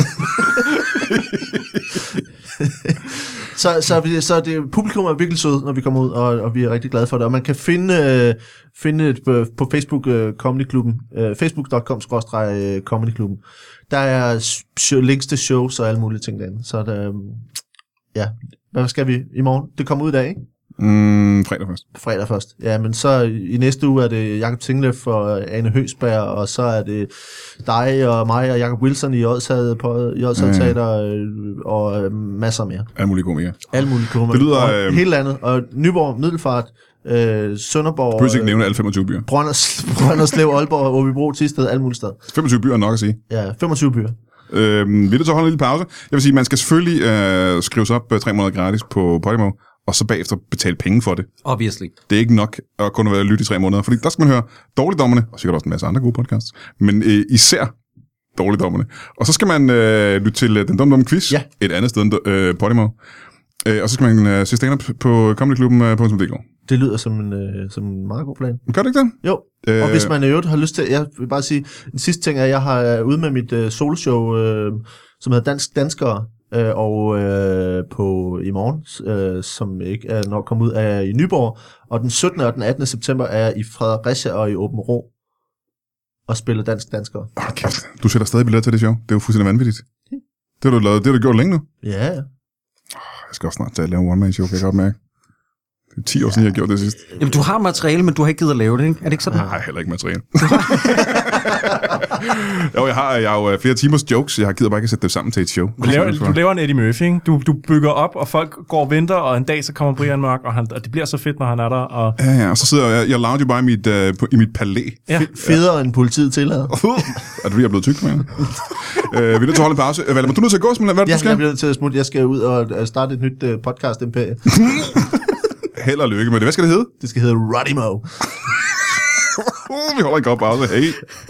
så, så, så det, publikum er virkelig sød, når vi kommer ud, og, og vi er rigtig glade for det. Og man kan finde, øh, finde et på, på Facebook øh, Comedy Klubben, øh, facebook punktum com skråstreg comedy klubben. Der er show, links til shows og alle mulige ting derinde. Så der, øh, ja, hvad skal vi i morgen? Det kommer ud i dag, ikke? Mm, fredag først. Fredag først. Ja, men så i næste uge er det Jakob Tingleff og Ane Høgsberg, og så er det dig og mig og Jakob Wilson i Odsherred på i Odsherred Teater, øh, og øh, masser mere. Alle mulige gode mere. Alle mulige gode. Det lyder... Og Øh, hele landet. Og Nyborg, Middelfart, øh, Sønderborg... Behøver ikke nævne alle femogtyve byer. Brønders, Brønderslev, Aalborg, Åbybro, Thisted, alle mulige steder. femogtyve byer er nok at sige. Ja, femogtyve byer. Øh, vil du så holde en lille pause? Jeg vil sige, man skal selvfølgelig øh, skrive sig op øh, tre måneder gratis på Podimo, og så bagefter betale penge for det. Obviously. Det er ikke nok at kun være lytte i tre måneder, fordi der skal man høre Dårligdommerne, og sikkert også en masse andre gode podcasts, men øh, især Dårligdommerne. Og så skal man øh, lytte til øh, Den Dumme Dumme Quiz, ja. et andet sted end øh, Podimo. Øh, og så skal man øh, se stand-up på comedyklubben punktum d k. Det lyder som en, øh, som en meget god plan. Gør det ikke det? Jo, øh, og hvis man i øvrigt har lyst til... Jeg vil bare sige, den sidste ting er, at jeg har øh, ude med mit øh, soloshow, øh, som hedder Dansk Danskere, øh, og øh, på i morgen, øh, som ikke er nok kommet ud af i Nyborg, og den syttende og den attende september er jeg i Fredericia og i Åben Rå og spiller Dansk Danskere. Okay. Du sætter stadig billetter til det show. Det er jo fuldstændig vanvittigt. Det har du lavet, det har du gjort længe nu. Ja, ja. Jeg skal også snart tage at lave en one-man-show, kan jeg godt mærke. Det er ti år siden, jeg har gjort det sidst. Jamen, du har materiale, men du har ikke givet at lave det, ikke? Er det ikke sådan? Jeg har heller ikke materiale. jo, jeg har, jeg har jo flere timers jokes. Jeg har givet bare ikke at sætte dem sammen til et show. Du laver, du laver en Eddie Murphy, ikke? Du, du bygger op, og folk går og venter, og en dag så kommer Brian Mørk, og, han, og det bliver så fedt, når han er der. Og... Ja, ja, og så sidder jeg, jeg lounge jo bare i mit, uh, på, i mit palæ. Ja. Federe end politiet tillader. er det fordi, jeg er blevet tyk, med? uh, vil du til holde en pause? Valder, men du er nødt til at gå, simpelthen. Hvad er det, Ja, du skal? jeg bliver nødt til at smutte. Jeg skal ud og starte et nyt uh, podcast-imperie. Held og lykke med det. Hvad skal det hedde? Det skal hedde Rodimo. uh, vi holder ikke op pause. Hey.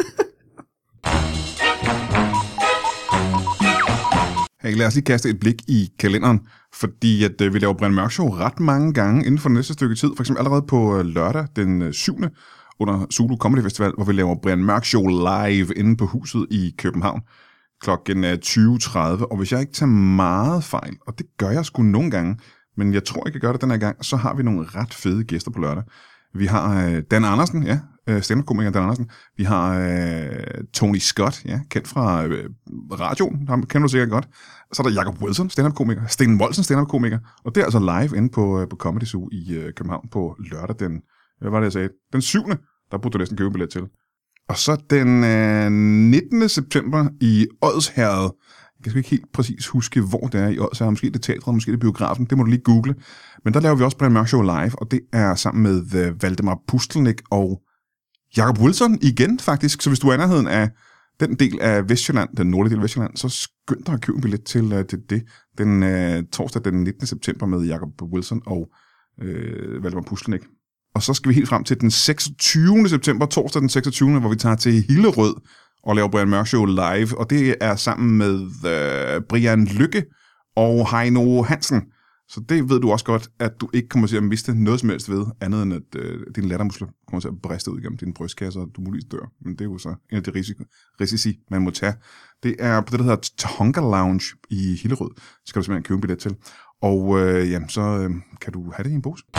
Hey, lad os lige kaste et blik i kalenderen, fordi at, øh, vi laver Brian Mørk Show ret mange gange inden for det næste stykke tid. For eksempel allerede på øh, lørdag den øh, syvende under Zulu Comedy Festival, hvor vi laver Brian Mørk Show live inde på huset i København klokken øh, tyve tredive. Og hvis jeg ikke tager meget fejl, og det gør jeg sgu nogle gange, men jeg tror ikke, jeg gør det den her gang, så har vi nogle ret fede gæster på lørdag. Vi har øh, Dan Andersen, ja, øh, stand-up-komiker Dan Andersen. Vi har øh, Tony Scott, ja, kendt fra øh, radioen, ham kender du sikkert godt. Så er der Jakob Wilson, stand-up-komiker. Sten Wolsen, stand-up-komiker. Og det er altså live inde på, øh, på Comedy Zoo i øh, København på lørdag den, hvad var det, jeg sagde? Den syvende, der burde du næsten købe billet til. Og så den øh, nittende september i Odsherred. Jeg skal ikke helt præcis huske, hvor det er i Odsherred. Måske det teatret, måske det biografen. Det må du lige google. Men der laver vi også Brian Mørk Show live, og det er sammen med øh, Valdemar Pustelnik og Jakob Wilson igen, faktisk. Så hvis du er i nærheden af den del af Vestjylland, den nordlige del af Vestjylland, så skynd dig at købe en billet til, uh, til det. Den uh, torsdag den nittende september med Jakob Wilson og uh, Valdemar Pustelnik. Og så skal vi helt frem til den seksogtyvende september, torsdag den seksogtyvende hvor vi tager til Hillerød og laver Brian Mørk Show live. Og det er sammen med uh, Brian Lykke og Heino Hansen. Så det ved du også godt, at du ikke kommer til at miste noget som helst ved, andet end at øh, dine lattermuskler kommer til at briste ud gennem din brystkasse, og du muligvis dør. Men det er jo så en af de risiko, risici, man må tage. Det er på det, der hedder Tonga Lounge i Hillerød. Det skal du simpelthen købe en billet til. Og øh, jamen, så øh, kan du have det i en pose.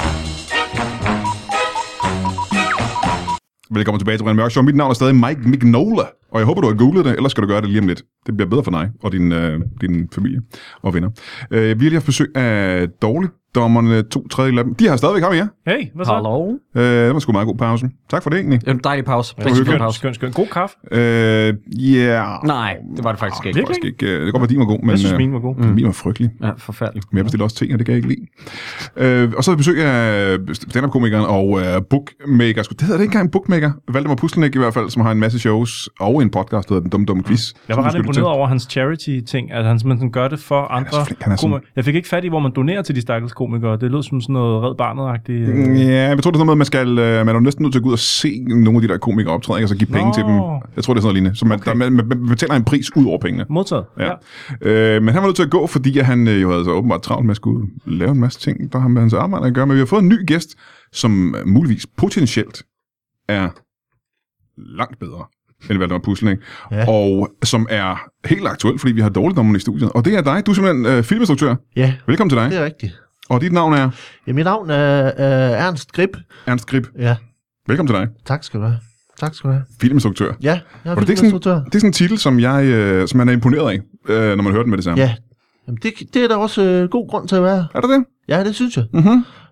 Velkommen tilbage til Brian Mørk Show. Mit navn er stadig Mike Mignola, og jeg håber, du har googlet det, ellers skal du gøre det lige om lidt. Det bliver bedre for dig og din, øh, din familie og venner. Øh, vi har lige haft besøg af Dårligdommerne, to tredje af dem. De har stadigvæk ham, ja. Hey, hvad så? Hallo. Øh, det var sgu meget god pause. Tak for det, egentlig. Det er en dejlig pause. Ja, Rigtig god skøn, pause. skøn, skøn. God kaffe. Øh, yeah. Nej, det var det faktisk ikke. Det var ikke. Øh, det kan godt være, din var god, men Jeg synes, øh, min var god. mm. min var frygtelig. Ja, forfærdeligt. Men jeg bestilte også ting, og det kan jeg ikke lide. Øh, og så har vi besøg af stand-up-komikeren og øh, bookmaker. Det hedder det ikke engang en bookmaker. Valdemar Pustelnik i hvert fald, som har en masse shows og en podcast, der hedder Den Dumme Dumme Quiz. Jeg var ret imponeret over hans charity-ting, at han simpelthen gør det for andre komikere. Jeg fik ikke fat i, hvor man donerer til de stakkels komikere. Det lød som sådan noget Red Barnet-agtigt. Ja, jeg tror, det er sådan noget, man skal, man er jo næsten nødt til at gå ud og se nogle af de der komikere optræde, og så give penge Nå. til dem. Jeg tror, det er sådan noget lignende. Så man, okay. der, man, man betaler en pris ud over pengene. Modtaget, ja. ja. Øh, men han var nødt til at gå, fordi han jo havde så åbenbart travlt med at skulle lave en masse ting, der har med hans arbejde at gøre. Men vi har fået en ny gæst, som muligvis potentielt er langt bedre end Valdemar Pustelnik, ja. Og som er helt aktuel, fordi vi har Dårligdommerne i studiet. Og det er dig. Du er simpelthen øh, filminstruktør. Ja, velkommen til dig. Det er rigtigt. Og dit navn er? Ja, mit navn er uh, Ernst Grib. Ernst Grib. Ja. Velkommen til dig. Tak skal du have. Tak skal du have. Filminstruktør. Ja, jeg er det filminstruktør. Det er sådan en titel, som, jeg, øh, som man er imponeret af, øh, når man hører den med det samme. Ja, jamen, det, det er der også øh, god grund til at være. Er der det? Ja, det synes jeg. Mm-hmm.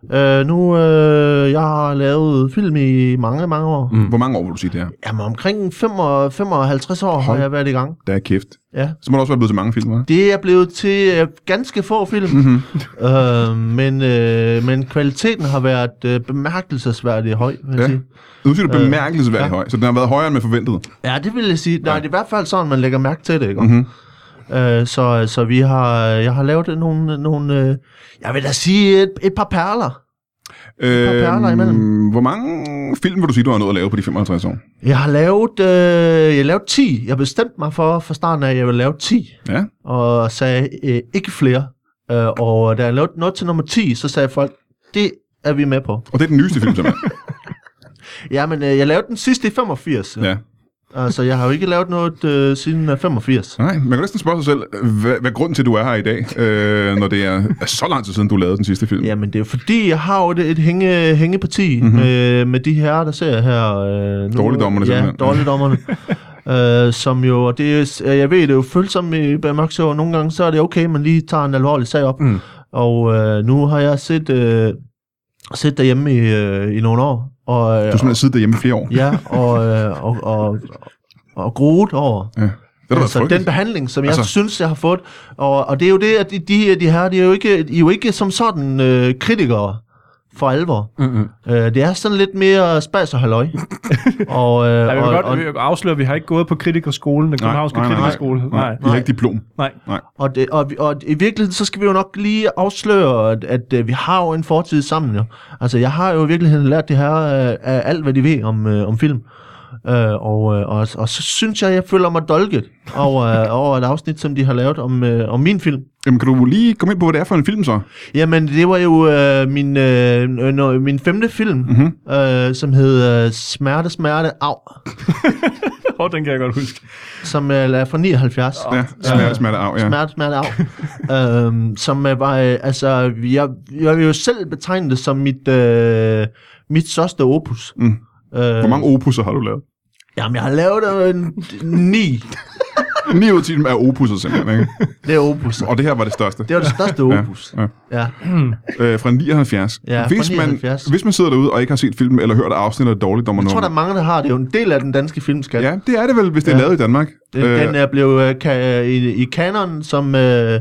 Uh, nu, uh, jeg har lavet film i mange, mange år. Mm. Hvor mange år vil du sige, det er? Jamen, omkring femoghalvtreds år har jeg været i gang. Der er kæft. Ja. Så må du også være blevet til mange film, hva'? Det er blevet til uh, ganske få film. Mm-hmm. uh, men, uh, men kvaliteten har været uh, bemærkelsesværdig høj, vil jeg Ja. sige. Nu siger du bemærkelsesværdig ja. høj, så den har været højere end med forventet. Ja, det vil jeg sige. Nej, det er i hvert fald sådan, man lægger mærke til det, ikke? Mm-hmm. Uh, så, så vi har, jeg har lavet nogle, nogle uh, jeg vil da sige, et, et par perler. Et par perler imellem. Hvor mange film vil du sige, du har nået at lave på de femoghalvtreds år? Jeg har lavet, øh, jeg har lavet ti. Jeg bestemte mig for fra starten af, at jeg ville lave ti. Ja. Og sagde øh, ikke flere. Øh, og da jeg lavede noget til nummer ti, så sagde folk, det er vi med på. Og det er den nyeste film, simpelthen? Ja, men øh, jeg lavede den sidste i femogfirs. Ja. Altså, jeg har jo ikke lavet noget øh, siden øh, femogfirs. Nej, man kan næsten spørge sig selv, hvad, hvad grunden til, at du er her i dag, øh, når det er, er så lang tid siden, du lavede den sidste film? Jamen, det er jo fordi, jeg har jo et, et hænge, hængeparti mm-hmm. med, med de her, der ser her. Øh, nu, Dårligdommerne, ja, simpelthen. dårligdommerne. øh, som jo, og det er, jeg ved, det er jo følsomt i Bag Mørk Show, og nogle gange så er det okay, man lige tager en alvorlig sag op. Mm. Og øh, nu har jeg set, øh, set derhjemme i, øh, i nogle år. Og, du har simpelthen siddet derhjemme i flere år? Ja, og, øh, og, og, og groet over. Ja. Det altså den behandling, som jeg altså. synes, jeg har fået. Og, og det er jo det, at de, de, de her, de er jo ikke, de er jo ikke som sådan øh, kritikere for alvor. Mm-hmm. Øh, det er sådan lidt mere spas og halløj. og, øh, ja, vi vil og, godt og, afsløre, at vi har ikke gået på kritikerskolen, den københavnske kritikerskole. Nej, nej, nej. Vi har ikke diplom. Nej. nej. Og, det, og, og i virkeligheden, så skal vi jo nok lige afsløre, at, at, at vi har jo en fortid sammen. Jo. Altså, jeg har jo i virkeligheden lært det her af, af alt, hvad de ved om, øh, om film. Uh, og, og, og så synes jeg, jeg føler mig dolket over, uh, over et afsnit, som de har lavet om, uh, om min film. Jamen, kan du lige komme ind på, hvad det er for en film så? Jamen, det var jo uh, min, uh, min femte film, mm-hmm. uh, som hed uh, Smerte, Smerte, Au. Åh, oh, den kan jeg godt huske. Som uh, er fra nioghalvfjerds. Ja, Smerte, Smerte, Au, ja. Smerte, Smerte, Au. uh, som uh, var, uh, altså, jeg, jeg vil jo selv betegne det som mit, uh, mit største opus. Mm. Hvor mange opusser har du lavet? Jamen, jeg har lavet en ni. ni ud af ti er opusser simpelthen, ikke? Det er opusser. Og det her var det største? Det var det største opus. Ja. ja. ja. Øh, fra nioghalvfjerds. Ja, hvis, fra nioghalvfjerds. Man, hvis man sidder derude og ikke har set filmen eller hørt afsnit af Dårligdommerne. Jeg tror, der er mange, der har det. Det er jo en del af den danske filmskat. Ja, det er det vel, hvis det er ja. lavet i Danmark. Den, øh. den er blevet uh, ka- i, i kanon som... Uh,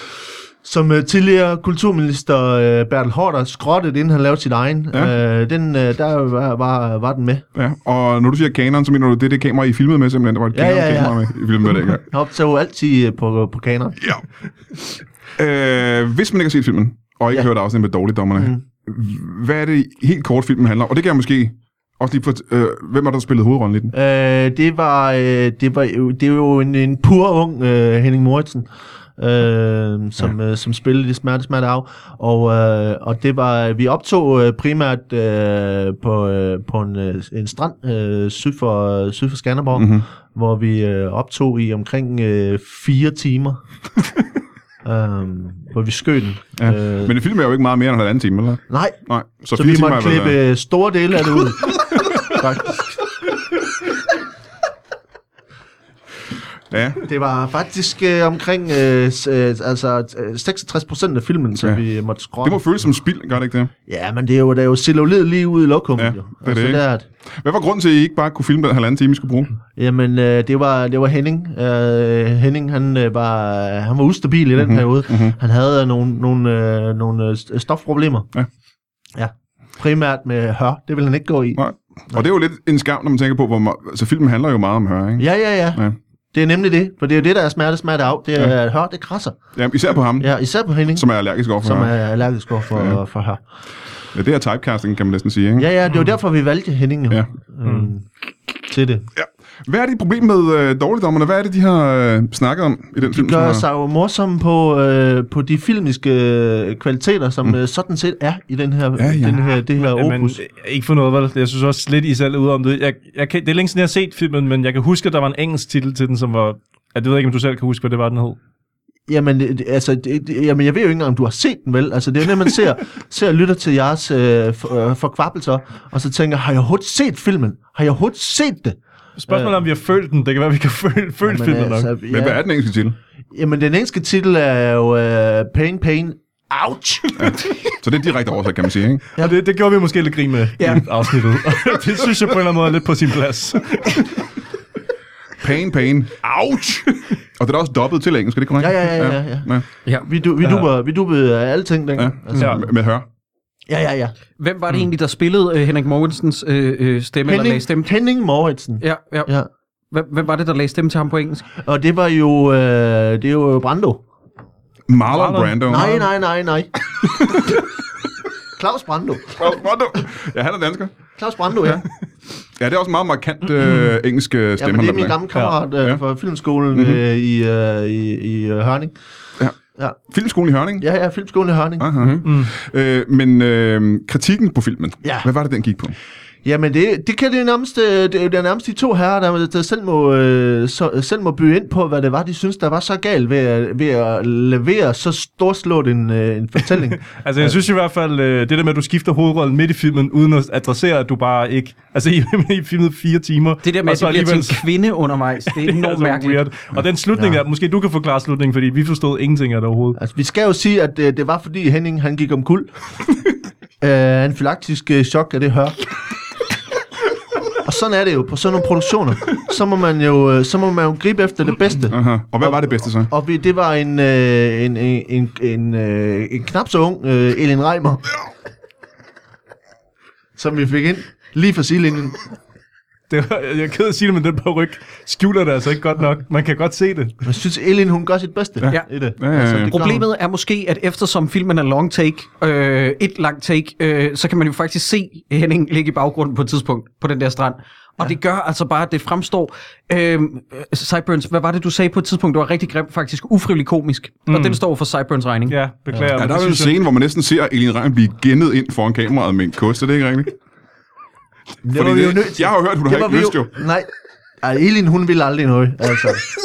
Som uh, tidligere kulturminister uh, Bertel Haarder skrottede, inden han lavede sit egen. Ja. Uh, den, uh, der var, var, var den med. Ja, og når du siger kanon, så mener du, det er det kamera, I filmede med simpelthen? Der var et ja, ja, ja. kamera med, I filmede med det, ikke? Jeg optager jo altid på, på kanon. Ja. Uh, hvis man ikke har set filmen, og ikke ja. har hørt afsnit med Dårligdommerne, mm. hvad er det helt kort filmen handler om? Og det kan jeg måske også lige få... Uh, hvem har der spillet hovedrollen i den? Uh, det var, uh, det var jo, det var jo en, en pur ung uh, Henning Moritzen. Øh, som, ja. øh, som spillede i Smerte, Smerte, Au. Og, øh, og det var, vi optog øh, primært øh, på, øh, på en, øh, en strand øh, syd, for, syd for Skanderborg, mm-hmm. hvor vi øh, optog i omkring øh, fire timer. um, hvor vi skød den. Ja. Øh, Men det film er jo ikke meget mere end en halvanden time, eller? Nej, Nej. så, så vi måtte klippe vel, store dele af det ud. Faktisk. Ja. Det var faktisk øh, omkring øh, altså seksogtres procent af filmen, som ja. vi måtte skrotte. Det må føles som spild, gør det ikke det? Ja, men det er jo, det er jo cellulit lige ude i lokummet. Ja, jo. det er altså, det, det er, at... Hvad var grunden til, at I ikke bare kunne filme den halvanden time, I skulle bruge? Jamen, øh, det, var, det var Henning. Øh, Henning, han, øh, var, han var ustabil i den mm-hmm. periode. Mm-hmm. Han havde nogle, nogle, øh, nogle stofproblemer. Ja. Ja. Primært med hør. Det ville han ikke gå i. Nej. Og det er jo lidt en skam, når man tænker på, hvor meget... Altså, filmen handler jo meget om hør, ikke? Ja, ja, ja. ja. Det er nemlig det, for det er jo det, der er smerte, smerte af. Det er ja. hør, det krasser. Ja, især på ham. Ja, især på Henning. Som er allergisk over for Som hør. er allergisk over for, ja. for hør. Ja, det er typecasting, kan man næsten sige, ikke? Ja, ja, det var derfor, vi valgte Henning jo. Ja. Mm. Til det. Ja. Hvad er det problem med øh, Dårligdommerne? Hvad er det, de har øh, snakket om i den de film? De gør har... sig jo morsomme på, øh, på de filmiske øh, kvaliteter, som mm. øh, sådan set er i den her, ja, ja. Den her, det her men, opus. Men, ikke for noget, vel? Jeg synes også lidt, I selv er ude om det. Jeg, jeg kan, det er længe siden, jeg har set filmen, men jeg kan huske, at der var en engelsk titel til den, som var... Jeg ved ikke, om du selv kan huske, hvad det var, den hed. Jamen, det, altså, det, det, jamen, jeg ved jo ikke engang, om du har set den, vel? Altså, det er jo det, man ser, ser og lytter til jeres øh, for, forkvappelser, og så tænker, har jeg overhovedet set filmen? Har jeg overhovedet set det? Spørgsmålet er, om vi har følt den. Det kan være, vi kan føle, føle filmen altså, nok. Ja. Men hvad er den engelske titel? Jamen, den engelske titel er jo uh, Pain, Pain Ouch! Ja. Så det er direkte oversat, kan man sige, ikke? Ja, det, det gjorde vi måske lidt grin med Ja. i afsnittet. Det synes jeg på en eller anden måde er lidt på sin plads. Pain, pain. Ouch! Og det er da også dobbelt til engelsk, er det korrekt? Ja, ja, ja, ja, ja. ja. Ja. Vi, du, vi, duber, vi dubbede alting ja. dengang. Altså. ja. Med, med hør. Ja, ja, ja. Hvem var det egentlig, der spillede uh, Henrik Mortensens uh, uh, stemme, eller lagde stemme? Henning Mouritsen. Ja, ja. Ja. Hvem, hvem var det, der lagde stemme til ham på engelsk? Og det var jo, øh, det er jo Brando. Marlon Marlon. Brando. Nej, nej, nej, nej. Claus Brando. Claus Brando. Ja, han er dansker. Claus Brando, ja. Ja, det er også en meget markant øh, engelsk øh, Ja, stemme. men det er han min har gamle kammerat øh, Ja. fra filmskolen Mhm. øh, i, øh, i, i øh, Hørning. Ja. Ja. Filmskolen i Hørning. Ja, ja, filmskolen i Hørning. Aha. Mm. Øh, men øh, kritikken på filmen, Ja. hvad var det, den gik på? Jamen, det, det kan det nærmest, øh, det, det er nærmest de to herrer, der, der selv, må, øh, så, selv må byde ind på, hvad det var, de synes, der var så galt ved at, ved at levere så storslået en, øh, en fortælling. Altså, jeg synes i hvert fald, øh, det der med, at du skifter hovedrollen midt i filmen, uden at adressere, at du bare ikke... Altså, I i filmet fire timer. Det der med, og at så det bliver til alligevel- en kvinde undervejs, det er enormt altså mærkeligt. weird. Og den slutning, Ja. ja. måske du kan forklare slutningen, fordi vi forstod ingenting af det overhovedet. Altså, vi skal jo sige, at øh, det var fordi Henning, han gik om kul. øh, anfylaktisk øh, chok af det hør. Og sådan er det jo på sådan nogle produktioner. Så må man jo, øh, så må man jo gribe efter det bedste. Aha. Og hvad var det bedste så? Og vi, det var en, øh, en, en, en, en, øh, en knap så ung øh, Elin Reimer, som vi fik ind lige fra sidelinjen. Det var, jeg er ked af at sige det, men den paryk skjuler det altså ikke godt nok. Man kan godt se det. Jeg synes, Elin, hun gør sit bedste Ja. i det. Ja, ja, ja. Altså, det gør Problemet er måske, at eftersom filmen er long take, øh, et lang take, øh, så kan man jo faktisk se Henning ligge i baggrunden på et tidspunkt på den der strand. Og ja. det gør altså bare, at det fremstår... Øh, Sideburns, hvad var det, du sagde på et tidspunkt? Det var rigtig grimt, faktisk ufrivillig komisk. Mm. Og den står for Sideburns regning. Ja, beklager. Ja, men der er det jo en synes jeg- scene, hvor man næsten ser Elin Reimer blive gennet ind foran kameraet med en kost. Er det ikke rigtigt? Det Fordi var vi jo det- nødt til. jeg har jo hørt, hun har Det var ikke vi lyst, jo. Nej, Ej, Elin, hun ville aldrig noget, altså.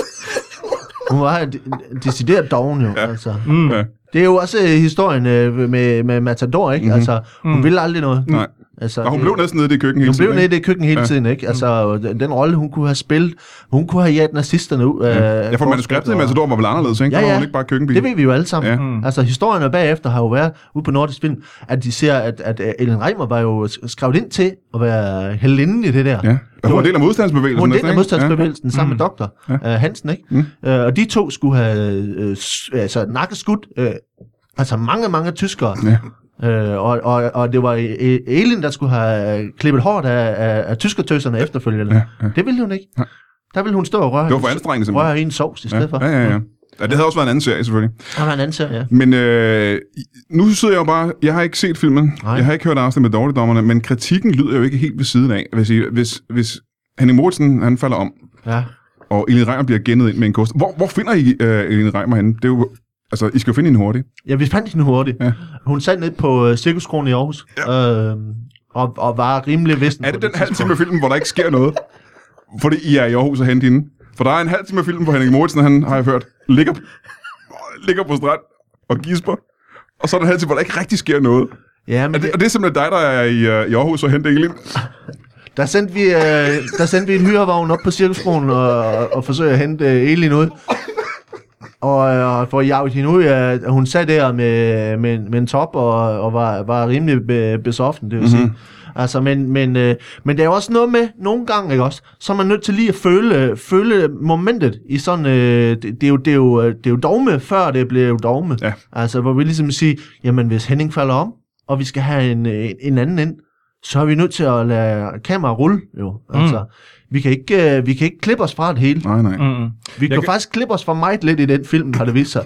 Hun var en de- decideret doven jo, Ja. altså. Mm. Ja. Det er jo også øh, historien øh, med, med Matador, ikke? Mhm. Altså, hun Mm. ville aldrig noget. Nej. Altså, Og hun det- blev næsten nede i det køkken hele Hun tiden. blev nede i ikke? det køkken hele Ja. tiden, ikke? Altså, den, den rolle, hun kunne have spillet, hun kunne have jaget nazisterne ud. Ja, af ja for manuskriptet i Matador var vel anderledes, ikke? Ja, Der var ja. hun ikke bare køkkenpige. Det ved vi jo alle sammen. Ja. Mm. Altså, historierne bagefter har jo været, ude på Nordisk Film, at de ser, at, at Ellen Reimer var jo skrevet ind til at være heldinden i det der. Ja. Og hun var en del af modstandsbevægelsen. Hun er en del næsten, af ikke? modstandsbevægelsen sammen Mm. med doktor Ja. uh, Hansen, ikke? Mm. Uh, og de to skulle have uh, s- altså, nakkeskudt, uh, altså mange, mange tyskere. Ja. Uh, og, og, og det var E- Elin, der skulle have klippet hårdt af, af, af tyskertøserne efterfølgende. Ja, ja. Det ville hun ikke. Nej. Der ville hun stå og røre, Det var for anstrengende, simpelthen. røre i en sovs i stedet for. Ja, ja, ja. Ja, det havde også været en anden serie, selvfølgelig. Der var en anden serie, ja. Men øh, nu sidder jeg jo bare... Jeg har ikke set filmen. Nej. Jeg har ikke hørt afsnit med dårligdommerne, men kritikken lyder jo ikke helt ved siden af. Hvis, I, hvis, hvis Henning Mortensen, han falder om, Ja. og Elin Reimer bliver gennet ind med en kost. Hvor, hvor finder I øh, Elin Reimer henne? Det er jo... Altså, I skal jo finde hende hurtigt. Ja, vi fandt hende hurtigt. Ja. Hun sad ned på uh, Cirkuskronen i Aarhus, ja. øh, og, og var rimelig visten. Er det den halv time af filmen, hvor der ikke sker noget? Fordi I er i Aarhus og hente hende. For der er en halv time af filmen, hvor Henning Mortensen, han har jeg hørt, ligger, ligger på strand og gisper. Og så er der en halv time, hvor der ikke rigtig sker noget. Ja, men Er det, det, og det er simpelthen dig, der er i, uh, i Aarhus og henter Elin? der, sendte vi, uh, der sendte vi en hyrevogn op på Cirkuskronen og, og, og forsøgte at hente uh, Elin ud. Og, og for at jage hende ud, at hun sad der med, med, med en top og, og var, var rimelig be, besoffen, det vil sige. Mhm. Altså, men, men, øh, men der er også noget med, nogle gange, ikke også, så er man nødt til lige at føle, føle momentet i sådan, øh, det, det, er jo, det, er jo, det er jo dogme, før det bliver dogme. Ja. Altså, hvor vi ligesom siger, jamen hvis Henning falder om, og vi skal have en, en, en anden ind, så er vi nødt til at lade kameraet rulle, jo. Altså, vi kan ikke, øh, vi kan ikke klippe os fra det hele. Nej, nej. Mm. Vi kan kan- faktisk klippe os for meget lidt i den film, har det vist sig.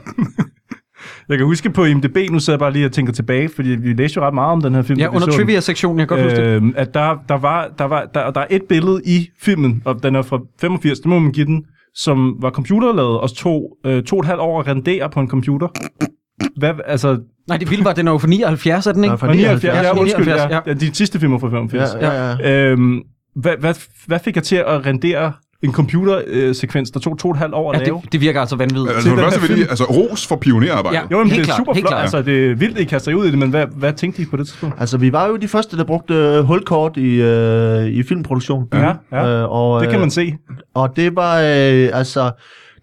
Jeg kan huske på I M D B, nu sidder jeg bare lige og tænker tilbage, fordi vi læste jo ret meget om den her film. Ja, da vi under så den. trivia-sektionen, jeg kan godt huske det. Øhm, at der, der, var, der, var, der, der er et billede i filmen, og den er fra femogfirs, det må man give den, som var computerlavet, og tog øh, to og et halvt år at rendere på en computer. Hvad, altså, Nej, det vilde var, den er jo fra nioghalvfjerds, er den ikke? Nå, fra fra nioghalvfjerds, nioghalvfjerds, ja, undskyld, nioghalvfjerds, ja, ja, de sidste film var fra femogfirs. Ja, ja, ja. Øhm, hvad, hvad, hvad fik jeg til at rendere en computersekvens, der tog to og et halvt år at Ja, lave? det, det virker altså vanvittigt. Altså, for det den første her vil de, film. altså, ros for pionerarbejde. Ja. Jo, men Helt det er klart, super helt flot. klart. Altså, det er vildt, at I kaster jer ud i det, men hvad, hvad tænkte I på det tidspunkt? Altså, vi var jo de første, der brugte øh, hulkort i, øh, i filmproduktion. Ja, ja. Øh, og, Det kan øh, man se. Og det var, øh, altså,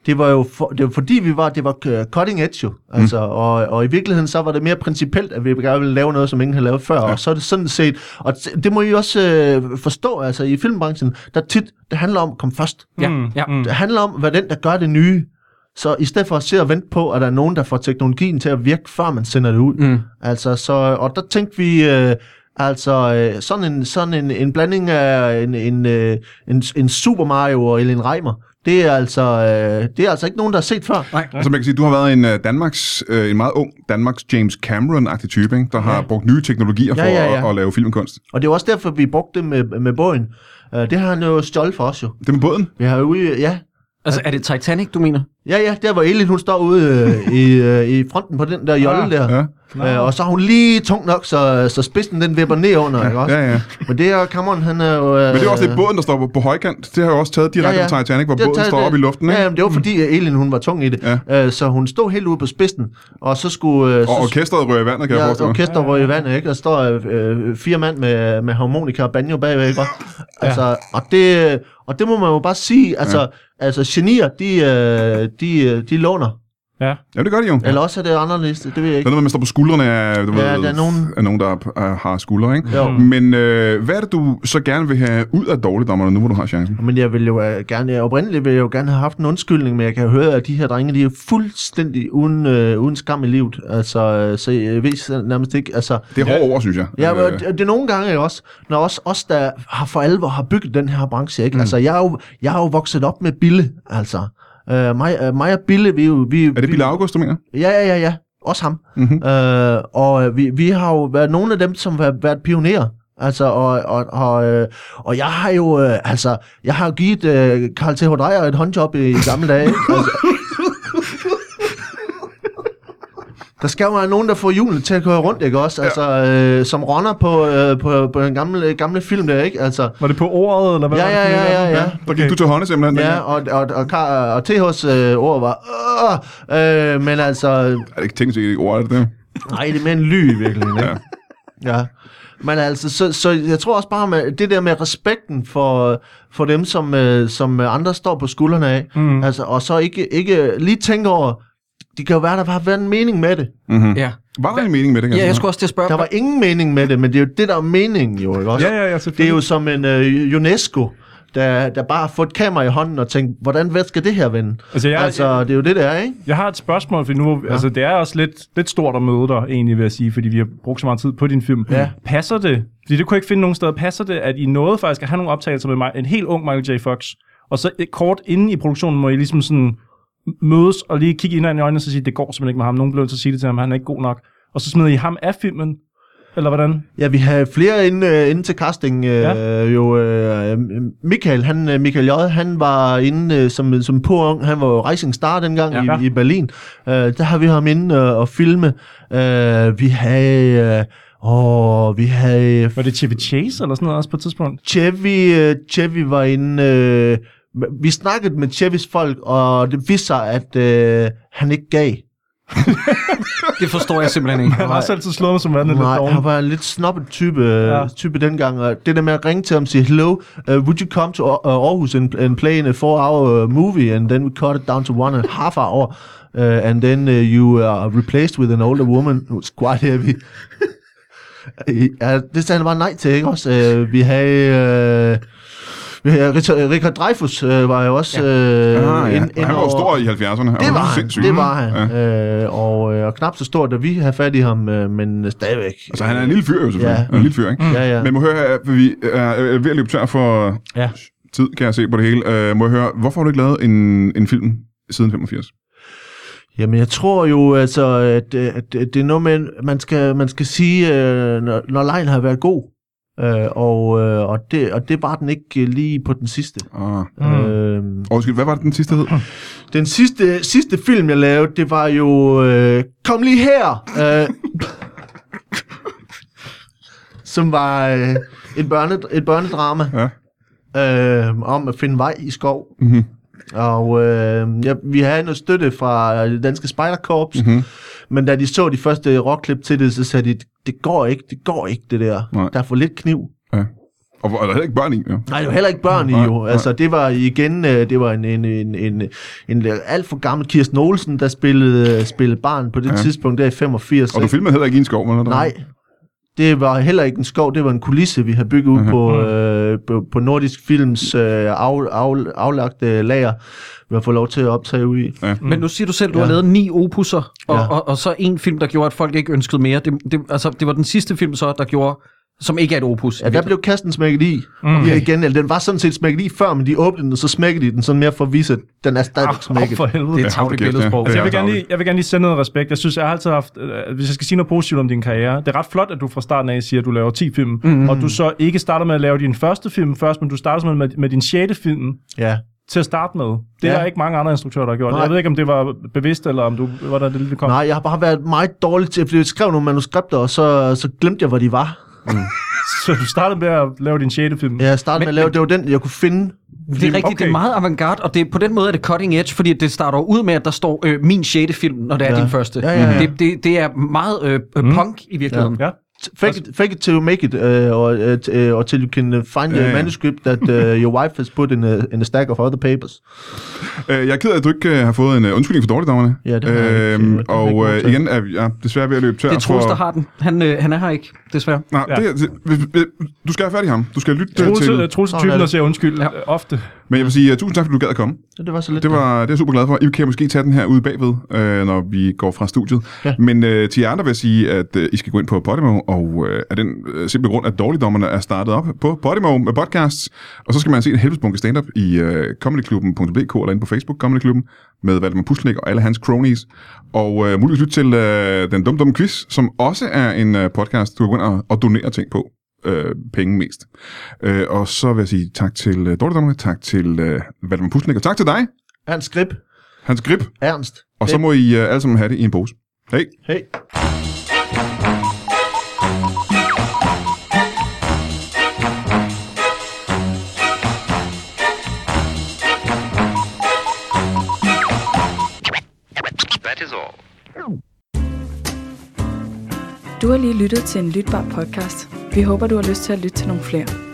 det var jo for, det var fordi, vi var, det var cutting edge jo. Altså, mm. og, og i virkeligheden, så var det mere principielt, at vi gerne ville lave noget, som ingen havde lavet før. Ja. Og så er det sådan set, og det må I også øh, forstå, altså i filmbranchen, der tit, det handler om at komme først. Ja, ja. Mm. Det handler om, hvad den, der gør det nye. Så i stedet for at se og vente på, at der er nogen, der får teknologien til at virke, før man sender det ud. Mm. Altså, så, og der tænkte vi, øh, altså, øh, sådan, en, sådan en, en blanding af en, en, øh, en, en Super Mario og Ellen Reimer, det er altså, øh, det er altså ikke nogen, der har set før. Nej. Altså, man kan sige, du har været en, uh, Danmarks, uh, en meget ung Danmarks James Cameron-agtig type, ikke? Der har ja. brugt nye teknologier for ja, ja, ja. At, at lave filmkunst. Og det er også derfor, vi brugte det med, med båden. Uh, det har han jo stjålet for os jo. Det med båden? Vi har jo ude, ja. Altså, er det Titanic, du mener? Ja, ja, der hvor Elin, hun står ude øh, i, øh, i fronten på den der jolle ja, der. Ja. Øh, og så har hun lige tung nok, så, så spidsen den vipper ned under, ja, ikke også? Ja, ja. Men det er Cameron, han er jo... Øh, men det er også det båden, der står på, på højkant. Det har jo også taget direkte ja, ja. på Titanic, hvor båden taget, står op i luften, ikke? Ja, men det var fordi Elin, hun var tung i det. Ja. Øh, så hun stod helt ude på spidsen, og så skulle... Øh, og så, orkestret rører i vandet, kan ja, jeg forestille mig. Ja, orkestret rører i vandet, ikke? Og står øh, fire mand med, med harmonika og banjo bagved, ikke? Altså, ja. og, det, og det må man jo bare sige, altså... Ja. Altså, genier, de, de, de låner. Ja. Ja, det gør de jo. Eller også er det anderledes, det ved jeg ikke. Det er noget, man står på skuldrene af, du ja, ved, der er nogen... af nogen, der er, har skuldre, ikke? Jo. Men øh, hvad er det, du så gerne vil have ud af dårligdommerne, nu hvor du har chancen? Men jeg vil jo uh, gerne, jeg oprindeligt vil jeg jo gerne have haft en undskyldning, men jeg kan jo høre, at de her drenge, de er fuldstændig uden, øh, uden skam i livet. Altså, så jeg ved nærmest ikke, altså... Det er hårdt over, synes jeg. Ja, men det, det er nogle gange også, når os, os der har for alvor har bygget den her branche, ikke? Mm. Altså, jeg er, jo, jeg har jo vokset op med Bille, altså... Uh, mig, uh, mig og Bille, vi jo... Vi, er det Bille August, du mener? Ja, ja, ja, ja. Også ham. Mm-hmm. Uh, og vi, vi har jo været nogle af dem, som har været pionerer. Altså, og, og, og, uh, og jeg har jo, uh, altså, jeg har jo givet uh, Carl T H. Dreyer et håndjob i, i gamle dage. Altså, der skal jo være nogen, der får hjulene til at køre rundt, ikke også? Altså, ja. øh, som runner på, øh, på, på den gamle, gamle film der, ikke? Altså, var det på ordet, eller hvad? Ja, ja, ja, ja, ja. Der gik du til hånden simpelthen. Ja, og, og, og, og, og T H's øh, ord var, øh, øh, men altså... Er det ikke tænkt sig ikke ord, er det det? Nej, det er mere en ly i virkeligheden, ikke? Ja. Ja. Men altså, så, så jeg tror også bare med det der med respekten for, for dem, som, øh, som andre står på skuldrene af, mm. altså, og så ikke, ikke lige tænke over, det kan jo være, der har været en mening med det. Mm-hmm. Ja. Var der en mening med det? Ja, jeg skulle også til at spørge. Der var ingen mening med det, men det er jo det, der er meningen jo, ikke også? Ja, ja, ja, det er jo som en uh, UNESCO, der, der bare har fået et kamera i hånden og tænkt, hvordan hvad skal det her vende? Altså, jeg, altså jeg, det er jo det, der er, ikke? Jeg har et spørgsmål, for nu, ja. altså, det er også lidt, lidt stort at møde dig, egentlig vil jeg sige, fordi vi har brugt så meget tid på din film. Ja. Passer det, fordi det kunne jeg ikke finde nogen steder, passer det, at I nåede faktisk at have nogle optagelser med mig, en helt ung Michael J. Fox, og så kort inden i produktionen må I ligesom sådan mødes og lige kigge ind i øjnene og så sige, det går simpelthen ikke med ham. Nogen blev til at sige det til ham, han er ikke god nok. Og så smider I ham af filmen, eller hvordan? Ja, vi har flere inde, inde til casting. Ja. Øh, jo, øh, Michael, han, Michael J., han var inde som, som pur ung. Han var jo Rising Star dengang ja, ja. i, i Berlin. Øh, der har vi ham inde og, og filme. Øh, vi havde... Øh, Og vi havde... Var det Chevy Chase eller sådan noget også på et tidspunkt? Chevy, uh, Chevy var inde... Uh, vi snakkede med Chevys folk, og det viste sig, at uh, han ikke gav. Det forstår jeg simpelthen ikke. Han har også altid slået mig som vandet. Nej, han var en lidt snobbet type, ja. type dengang. Og det der med at ringe til ham og sige, hello, uh, would you come to Aarhus and, and play in a four-hour movie, and then we cut it down to one and a half hour, uh, and then uh, you are replaced with an older woman who's quite heavy. Ja, det sagde han bare nej til, ikke også? Uh, vi havde... Uh, Richard, Richard Dreyfuss uh, var jo også... Uh, ja. Ah, ja. Ind, ind han var jo stor i halvfjerdserne. Det var han, det var han. Ja. Uh, og, og knap så stor, da vi havde fat i ham, uh, men stadigvæk. Altså, han er en lille fyr jo selvfølgelig. Ja. En lille fyr, ikke? Mm. Ja, ja. Men må høre, at vi er ved at løbe tør for ja. tid, kan jeg se på det hele. Uh, må jeg høre, hvorfor har du ikke lavet en, en film siden femogfirs? Jamen, jeg tror jo, altså, at, at, at det er noget med, man skal, man skal sige, uh, når, når lejen har været god. Uh, og, uh, og, det, og det var den ikke lige på den sidste. Ah. Uh, mm. Og hvad var det, den sidste hed? Den sidste, sidste film, jeg lavede, det var jo uh, Kom lige her! Uh, som var uh, et, børne, et børnedrama ja. uh, om at finde vej i skov. Mm-hmm. Og øh, ja, vi havde noget støtte fra det danske Spejderkorps, mm-hmm. men da de så de første rockklip til det, så sagde de, det går ikke, det går ikke det der. Nej. Der er for lidt kniv. Ja. Og, og der er heller ikke børn i, jo. Nej, det var heller ikke børn i, Nej, jo. Altså, det var igen, øh, det var en, en, en, en, en alt for gammel Kirsten Olsen, der spillede, spillede barn på det Ja. tidspunkt, der i femogfirs. Og du filmede heller ikke i en skov, men Nej, det var heller ikke en skov, det var en kulisse, vi havde bygget ud Mhm. på, øh, på, på Nordisk Films øh, af, af, aflagte lager, vi har fået lov til at optage ud i. Ja. Men nu siger du selv, du Ja. har lavet ni opusser, og, Ja. og, og så en film, der gjorde, at folk ikke ønskede mere. Det, det, altså, det var den sidste film så, der gjorde, som ikke er et opus. Ja, der blev kasten smækket i. Okay. Ja, igen, eller den var sådan set smækket i før, men de åbnede den, og så smækkede de den sådan mere for at vise, at den er stadigvæk Åh, smækket. for helvede. Det er Ja, et tavligt hold da kæft, billedsprog. ja. Altså, jeg, vil Ja, gerne lige, tavligt. jeg vil gerne lige sende noget respekt. Jeg synes, jeg har altid haft... Øh, hvis jeg skal sige noget positivt om din karriere, det er ret flot, at du fra starten af siger, at du laver ti film, mm-hmm. og du så ikke starter med at lave din første film først, men du starter med, med din sjette film Ja. til at starte med. Det Ja. er ikke mange andre instruktører, der har gjort. Nej. Jeg ved ikke, om det var bevidst, eller om du var der det, det kom. Nej, jeg har bare været meget dårlig til, fordi jeg skrev nogle manuskripter, og så, så glemte jeg, hvor de var. Så du startede med at lave din sjette film. Jeg startede Men- med at lave, det var den, jeg kunne finde. Det er rigtigt, Okay. det er meget avantgarde, og det, er- på den måde er det cutting edge, fordi det starter ud med, at der står øh, min sjette film, når det er Ja. din første. Ja, ja, ja. Det, det, det er meget øh, mm. punk i virkeligheden. Ja. Fake it, fake it till you make it, uh, or, uh, or till you can find Ja, a ja. manuscript that uh, your wife has put in a, in a stack of other papers. Øh, jeg er ked af, at du ikke øh, har fået en uh, undskyldning for dårligdommerne. Ja, det har jeg ikke. Øhm, Det har jeg ikke og lov øh, til. igen er vi ja, desværre ved at løbe tør Det er Troels, for... der har den. Han, øh, han er her ikke, desværre. Nej, Ja. det, det, det, det, du skal have fat i ham. Du skal lytte til... Troels Troels er Sådan er typen, det. der siger undskyld Ja. ja. ofte. Men jeg vil sige uh, tusind tak, fordi du gad at komme. Så det var så lidt. Det var det er jeg super glad for. I kan måske tage den her ude bagved, øh, når vi går fra studiet. Ja. Men øh, til jer andre vil jeg sige, at øh, I skal gå ind på Podimo, og øh, af den øh, simple grund, at Dårligdommerne er startet op på Podimo med podcasts. Og så skal man se en helvedesbunke stand-up i øh, comedyklubben punktum d k eller inde på Facebook Comedyklubben med Valdemar Puslenik og alle hans cronies. Og øh, muligvis lytte til øh, Den Dumme Dumme Quiz, som også er en øh, podcast, du kan gå ind og, og donere ting på. Øh, penge mest. Øh, og så vil jeg sige tak til øh, Dårligdommerne, tak til øh, Valdemar Puslenik, og tak til dig, Ernst Grip. Hans Grip. Ernst. Og så må I uh, alle sammen have det i en pose. Hej. Hey. That is all. Du har lige lyttet til en lytbar podcast. Vi håber, du har lyst til at lytte til nogle flere.